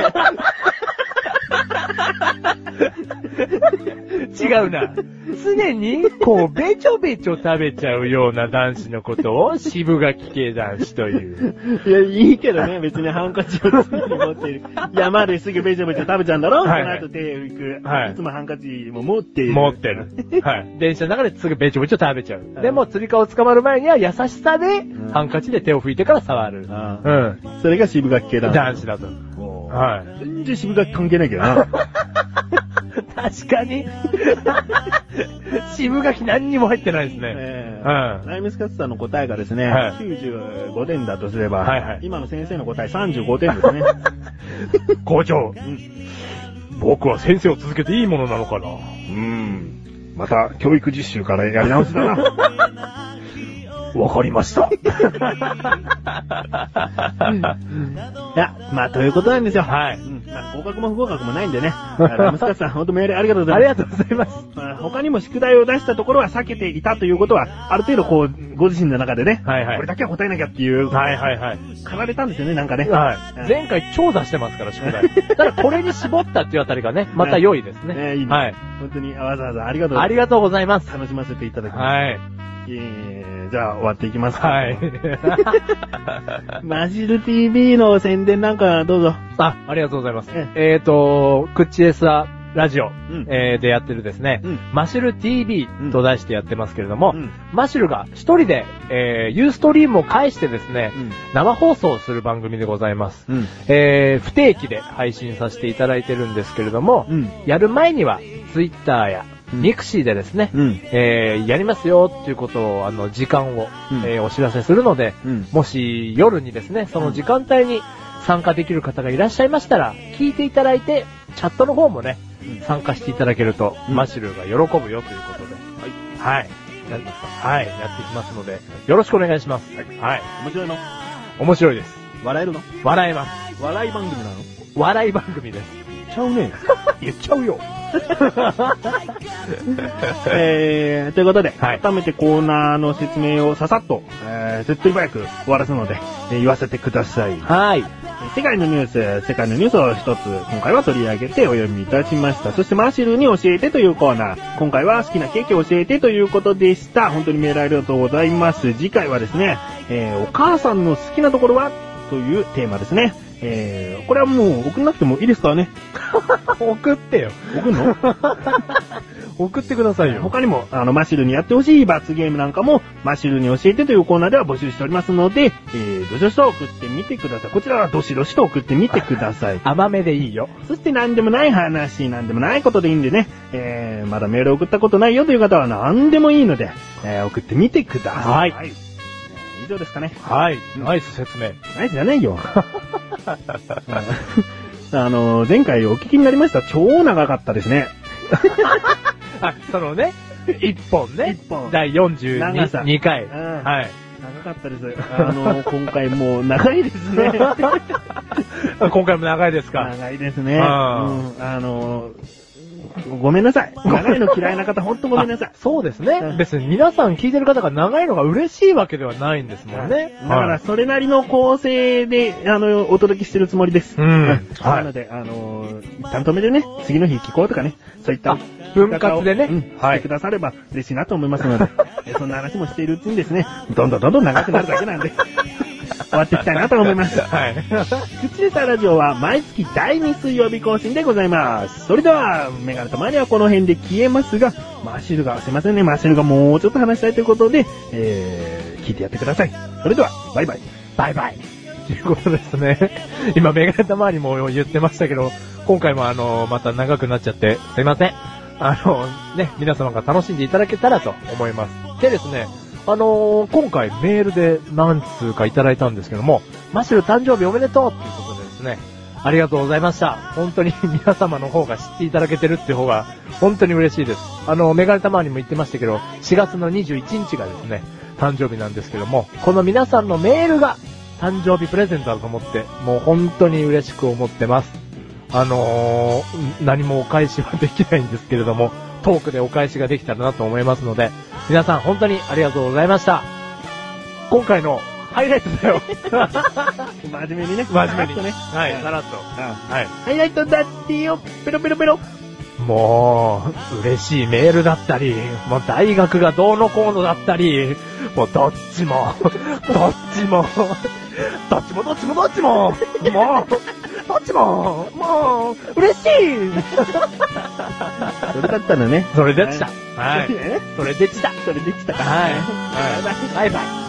違うな。常に、こう、べちょべちょ食べちゃうような男子のことを、渋柿系男子という。 いや、いいけどね、別にハンカチを常に持っている。山ですぐべちょべちょ食べちゃうんだろ、はい、その後手を拭く。はい。いつもハンカチも持っている。 持ってる。はい。電車の中ですぐべちょべちょ食べちゃう。でも、釣り革を捕まる前には優しさで、ハンカチで手を拭いてから触る。 それが渋柿系男子だと。 はい。全然渋柿関係ないけどな。 確かに。渋柿何にも入ってないですね。 ライムスカッシュさんの答えがですね、95点だとすれば、今の先生の答え35点ですね。 校長、僕は先生を続けていいものなのかな。 また教育実習からやり直しだな。 わかりました。いや、まあ、ということなんですよ。 はい。 合格も不合格もないんでね。ムスカさん、ほんとメールありがとうございます。 ありがとうございます。 他にも宿題を出したところは避けていたということは、ある程度こう、ご自身の中でね、 はいはい。 これだけは答えなきゃっていう、 はいはいはい。 駆られたんですよね、なんかね。 はい。前回超出してますから、宿題。ただこれに絞ったっていうあたりがね、また良いですね。 いいね。はい。本当にわざわざありがとうございます。 ありがとうございます。 楽しませていただきます。 はい。 じゃあ終わっていきますか。 はい。 マジル TV の宣伝なんかどうぞ。 ありがとうございます。クッチエサラジオ、でやってるですね、マシュル TV と題してやってますけれども、マシュルが一人で、ユーストリームを介してですね、生放送をする番組でございます。不定期で配信させていただいてるんですけれども、やる前には Twitter やミクシーでですね、やりますよっていうことを、時間を、お知らせするので、もし夜にですね、その時間帯に参加できる方がいらっしゃいましたら、聞いていただいて、チャットの方もね、参加していただけると、マシュルが喜ぶよということで、はい。やりますか？はい。やっていきますので、よろしくお願いします。はい。 面白いの？ 面白いです。 笑えるの？ 笑えます。 笑い番組なの？ 笑い番組です。 言っちゃうね。 言っちゃうよ。 ということで、改めてコーナーの説明をささっと、手っ取り早く終わらすので、言わせてください。 はい。 世界のニュースを一つ、今回は取り上げてお読みいたしました。そしてマーシルに教えてというコーナー。今回は好きなケーキを教えてということでした。本当にメールありがとうございます。次回はですね、お母さんの好きなところはというテーマですね。これはもう送んなくてもいいですからね。 送ってよ。 送んの？ 送ってくださいよ。 他にも、マシルにやってほしい罰ゲームなんかも、マシルに教えてというコーナーでは募集しておりますので、どしどしと送ってみてください。こちらはどしどしと送ってみてください。 甘めでいいよ。 そして何でもない話、何でもないことでいいんでね、まだメール送ったことないよという方は何でもいいので、送ってみてください。はい。以上ですかね。 はい。ナイス説明。 ナイスじゃないよ。前回お聞きになりました。超長かったですね。 そのね、一本ね。 一本。 第42回。はい。 長かったです。今回もう長いですね。 今回も長いですか？ 長いですね。ごめんなさい。長いの嫌いな方、ほんとごめんなさい。 そうですね。別に皆さん聞いてる方が長いのが嬉しいわけではないんですもんね。 だから、それなりの構成で、お届けしてるつもりです。なので、一旦止めてね、次の日聞こうとかね、そういった分割でね、 してくだされば嬉しいなと思いますので、そんな話もしているうちにですね、どんどん長くなるだけなんで、終わっていきたいなと思います。はい。口でさラジオは毎月第2水曜日更新でございます。それでは、メガネたまにはこの辺で消えますが、マシルがもうちょっと話したいということで、聞いてやってください。それでは、バイバイ。 バイバイ。ということですね。今、メガネたまにも言ってましたけど、今回もまた長くなっちゃって、すいません。皆様が楽しんでいただけたらと思います。でですね、今回メールで何通かいただいたんですけども、マシル誕生日おめでとうっていうことでですね、ありがとうございました。本当に皆様の方が知っていただけてるっていう方が本当に嬉しいです。メガネたまにも言ってましたけど、4月の21日がですね、誕生日なんですけども、この皆さんのメールが誕生日プレゼントだと思って、もう本当に嬉しく思ってます。何もお返しはできないんですけれども、トークでお返しができたらなと思いますので、皆さん本当にありがとうございました。今回のハイライトだよ。 真面目にね。 真面目にね。はい、さらっと。 はい。ハイライトだってよ、ペロペロペロ。 もう、嬉しいメールだったり、もう大学がどうのこうのだったり、もうどっちも、もう、どっちも、嬉しいそれだったのね。 それでした。はい。それでした。 はい。 バイバイ。